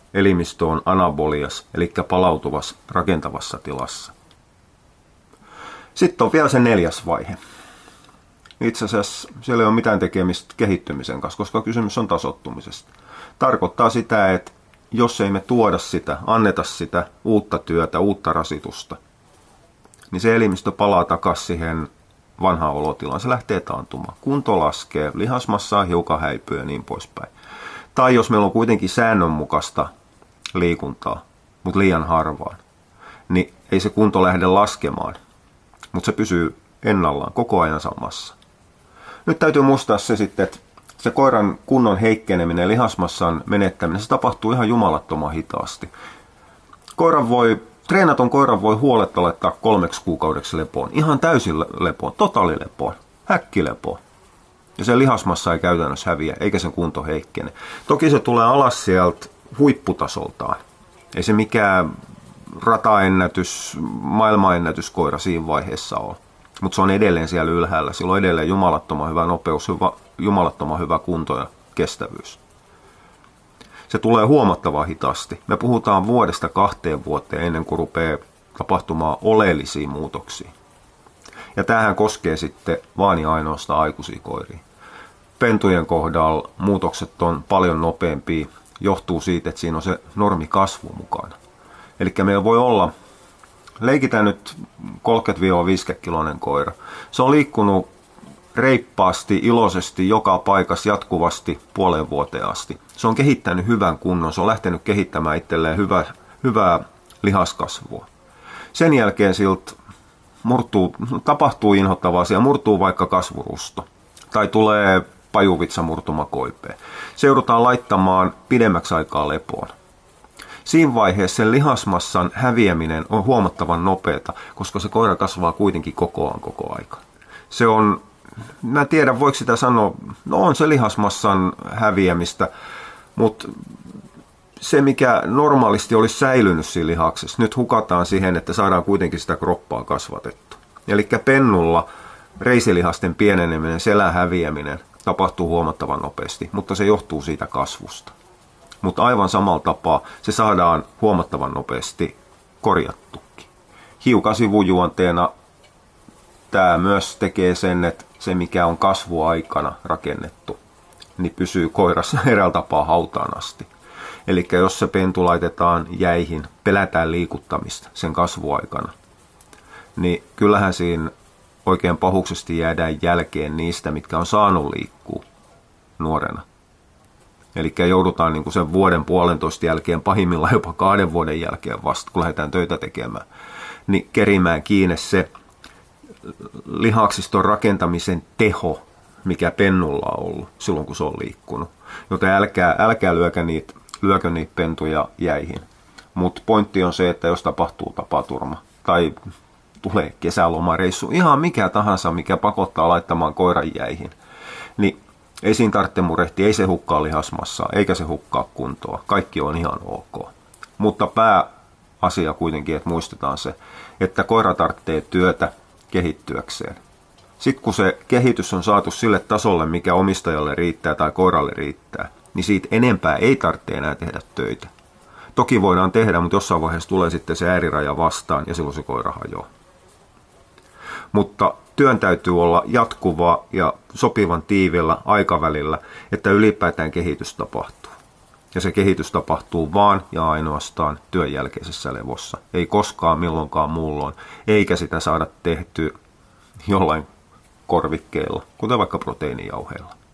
elimistö on anabolias, eli palautuvassa rakentavassa tilassa. Sitten on vielä se neljäs vaihe. Itse asiassa siellä ei ole mitään tekemistä kehittymisen kanssa, koska kysymys on tasoittumisesta. Tarkoittaa sitä, että jos ei me tuoda sitä, anneta sitä uutta työtä, uutta rasitusta, niin se elimistö palaa takaisin siihen vanhaan olotilaan. Se lähtee taantumaan. Kunto laskee, lihasmassaa hiukan häipyy ja niin poispäin. Tai jos meillä on kuitenkin säännönmukaista liikuntaa, mutta liian harvaan, niin ei se kunto lähde laskemaan, mutta se pysyy ennallaan koko ajan samassa. Nyt täytyy muistaa se sitten, että se koiran kunnon heikkeneminen ja lihasmassan menettäminen, se tapahtuu ihan jumalattoman hitaasti. Koiran voi, treenaton koiran voi huoletta laittaa kolmeksi kuukaudeksi lepoon, ihan täysin lepoon, totaalilepoon, häkkilepoon. Ja se lihasmassa ei käytännössä häviä, eikä sen kunto heikkene. Toki se tulee alas sieltä huipputasoltaan. Ei se mikään rataennätys, maailmanennätyskoira siinä vaiheessa ole. Mutta se on edelleen siellä ylhäällä. Sillä on edelleen jumalattoman hyvä nopeus, hyvä, jumalattoman hyvä kunto ja kestävyys. Se tulee huomattavan hitaasti. Me puhutaan vuodesta kahteen vuoteen ennen kuin rupeaa tapahtumaan oleellisia muutoksia. Ja tämähän koskee sitten vaan ja ainoastaan aikuisia koiria. Pentujen kohdalla muutokset on paljon nopeampia. Johtuu siitä, että siinä on se normikasvu mukana. Eli meillä voi olla, leikitään nyt kolmekymmentä viisikymmentä kiloinen koira. Se on liikkunut reippaasti, iloisesti, joka paikassa jatkuvasti puoleen vuoteen asti. Se on kehittänyt hyvän kunnon, se on lähtenyt kehittämään itselleen hyvää, hyvää lihaskasvua. Sen jälkeen siltä murtuu, tapahtuu inhottava asia, murtuu vaikka kasvurusto tai tulee pajuvitsamurtuma koipeen. Se joudutaan laittamaan pidemmäksi aikaa lepoon. Siinä vaiheessa sen lihasmassan häviäminen on huomattavan nopeata, koska se koira kasvaa kuitenkin koko ajan koko aika. Se on, mä en tiedä voiko sitä sanoa, no on se lihasmassan häviämistä, mutta se mikä normaalisti olisi säilynyt siinä lihaksessa, nyt hukataan siihen, että saadaan kuitenkin sitä kroppaa kasvatettua. Eli pennulla reisilihasten pieneneminen, selän häviäminen tapahtuu huomattavan nopeasti, mutta se johtuu siitä kasvusta. Mutta aivan samalla tapaa se saadaan huomattavan nopeasti korjattukin. Hiukan sivujuonteena tämä myös tekee sen, että se mikä on kasvuaikana rakennettu, niin pysyy koirassa eräällä tapaa hautaan asti. Eli jos se pentu laitetaan jäihin, pelätään liikuttamista sen kasvuaikana, niin kyllähän siinä oikein pahuksesti jäädään jälkeen niistä, mitkä on saanut liikkua nuorena. Eli joudutaan niin kuin sen vuoden puolentoista jälkeen, pahimmillaan jopa kahden vuoden jälkeen vasta, kun lähdetään töitä tekemään, niin kerimään kiinni se lihaksiston rakentamisen teho, mikä pennulla on ollut silloin, kun se on liikkunut. Joten älkää, älkää lyökö, niitä, lyökö niitä pentuja jäihin. Mutta pointti on se, että jos tapahtuu tapaturma tai tulee kesälomareissu, ihan mikä tahansa, mikä pakottaa laittamaan koiran jäihin, niin ei siinä tarvitse murehtia, ei se hukkaa lihasmassaa, eikä se hukkaa kuntoa. Kaikki on ihan ok. Mutta pääasia kuitenkin, että muistetaan se, että koira tarvitsee työtä kehittyäkseen. Sitten kun se kehitys on saatu sille tasolle, mikä omistajalle riittää tai koiralle riittää, niin siitä enempää ei tarvitse enää tehdä töitä. Toki voidaan tehdä, mutta jossain vaiheessa tulee sitten se ääriraja vastaan ja silloin se koira hajoaa. Mutta työn täytyy olla jatkuvaa ja sopivan tiivillä aikavälillä, että ylipäätään kehitys tapahtuu. Ja se kehitys tapahtuu vaan ja ainoastaan työn jälkeisessä levossa. Ei koskaan milloinkaan muulloin, eikä sitä saada tehtyä jollain korvikkeilla, kuten vaikka proteiinijauheilla.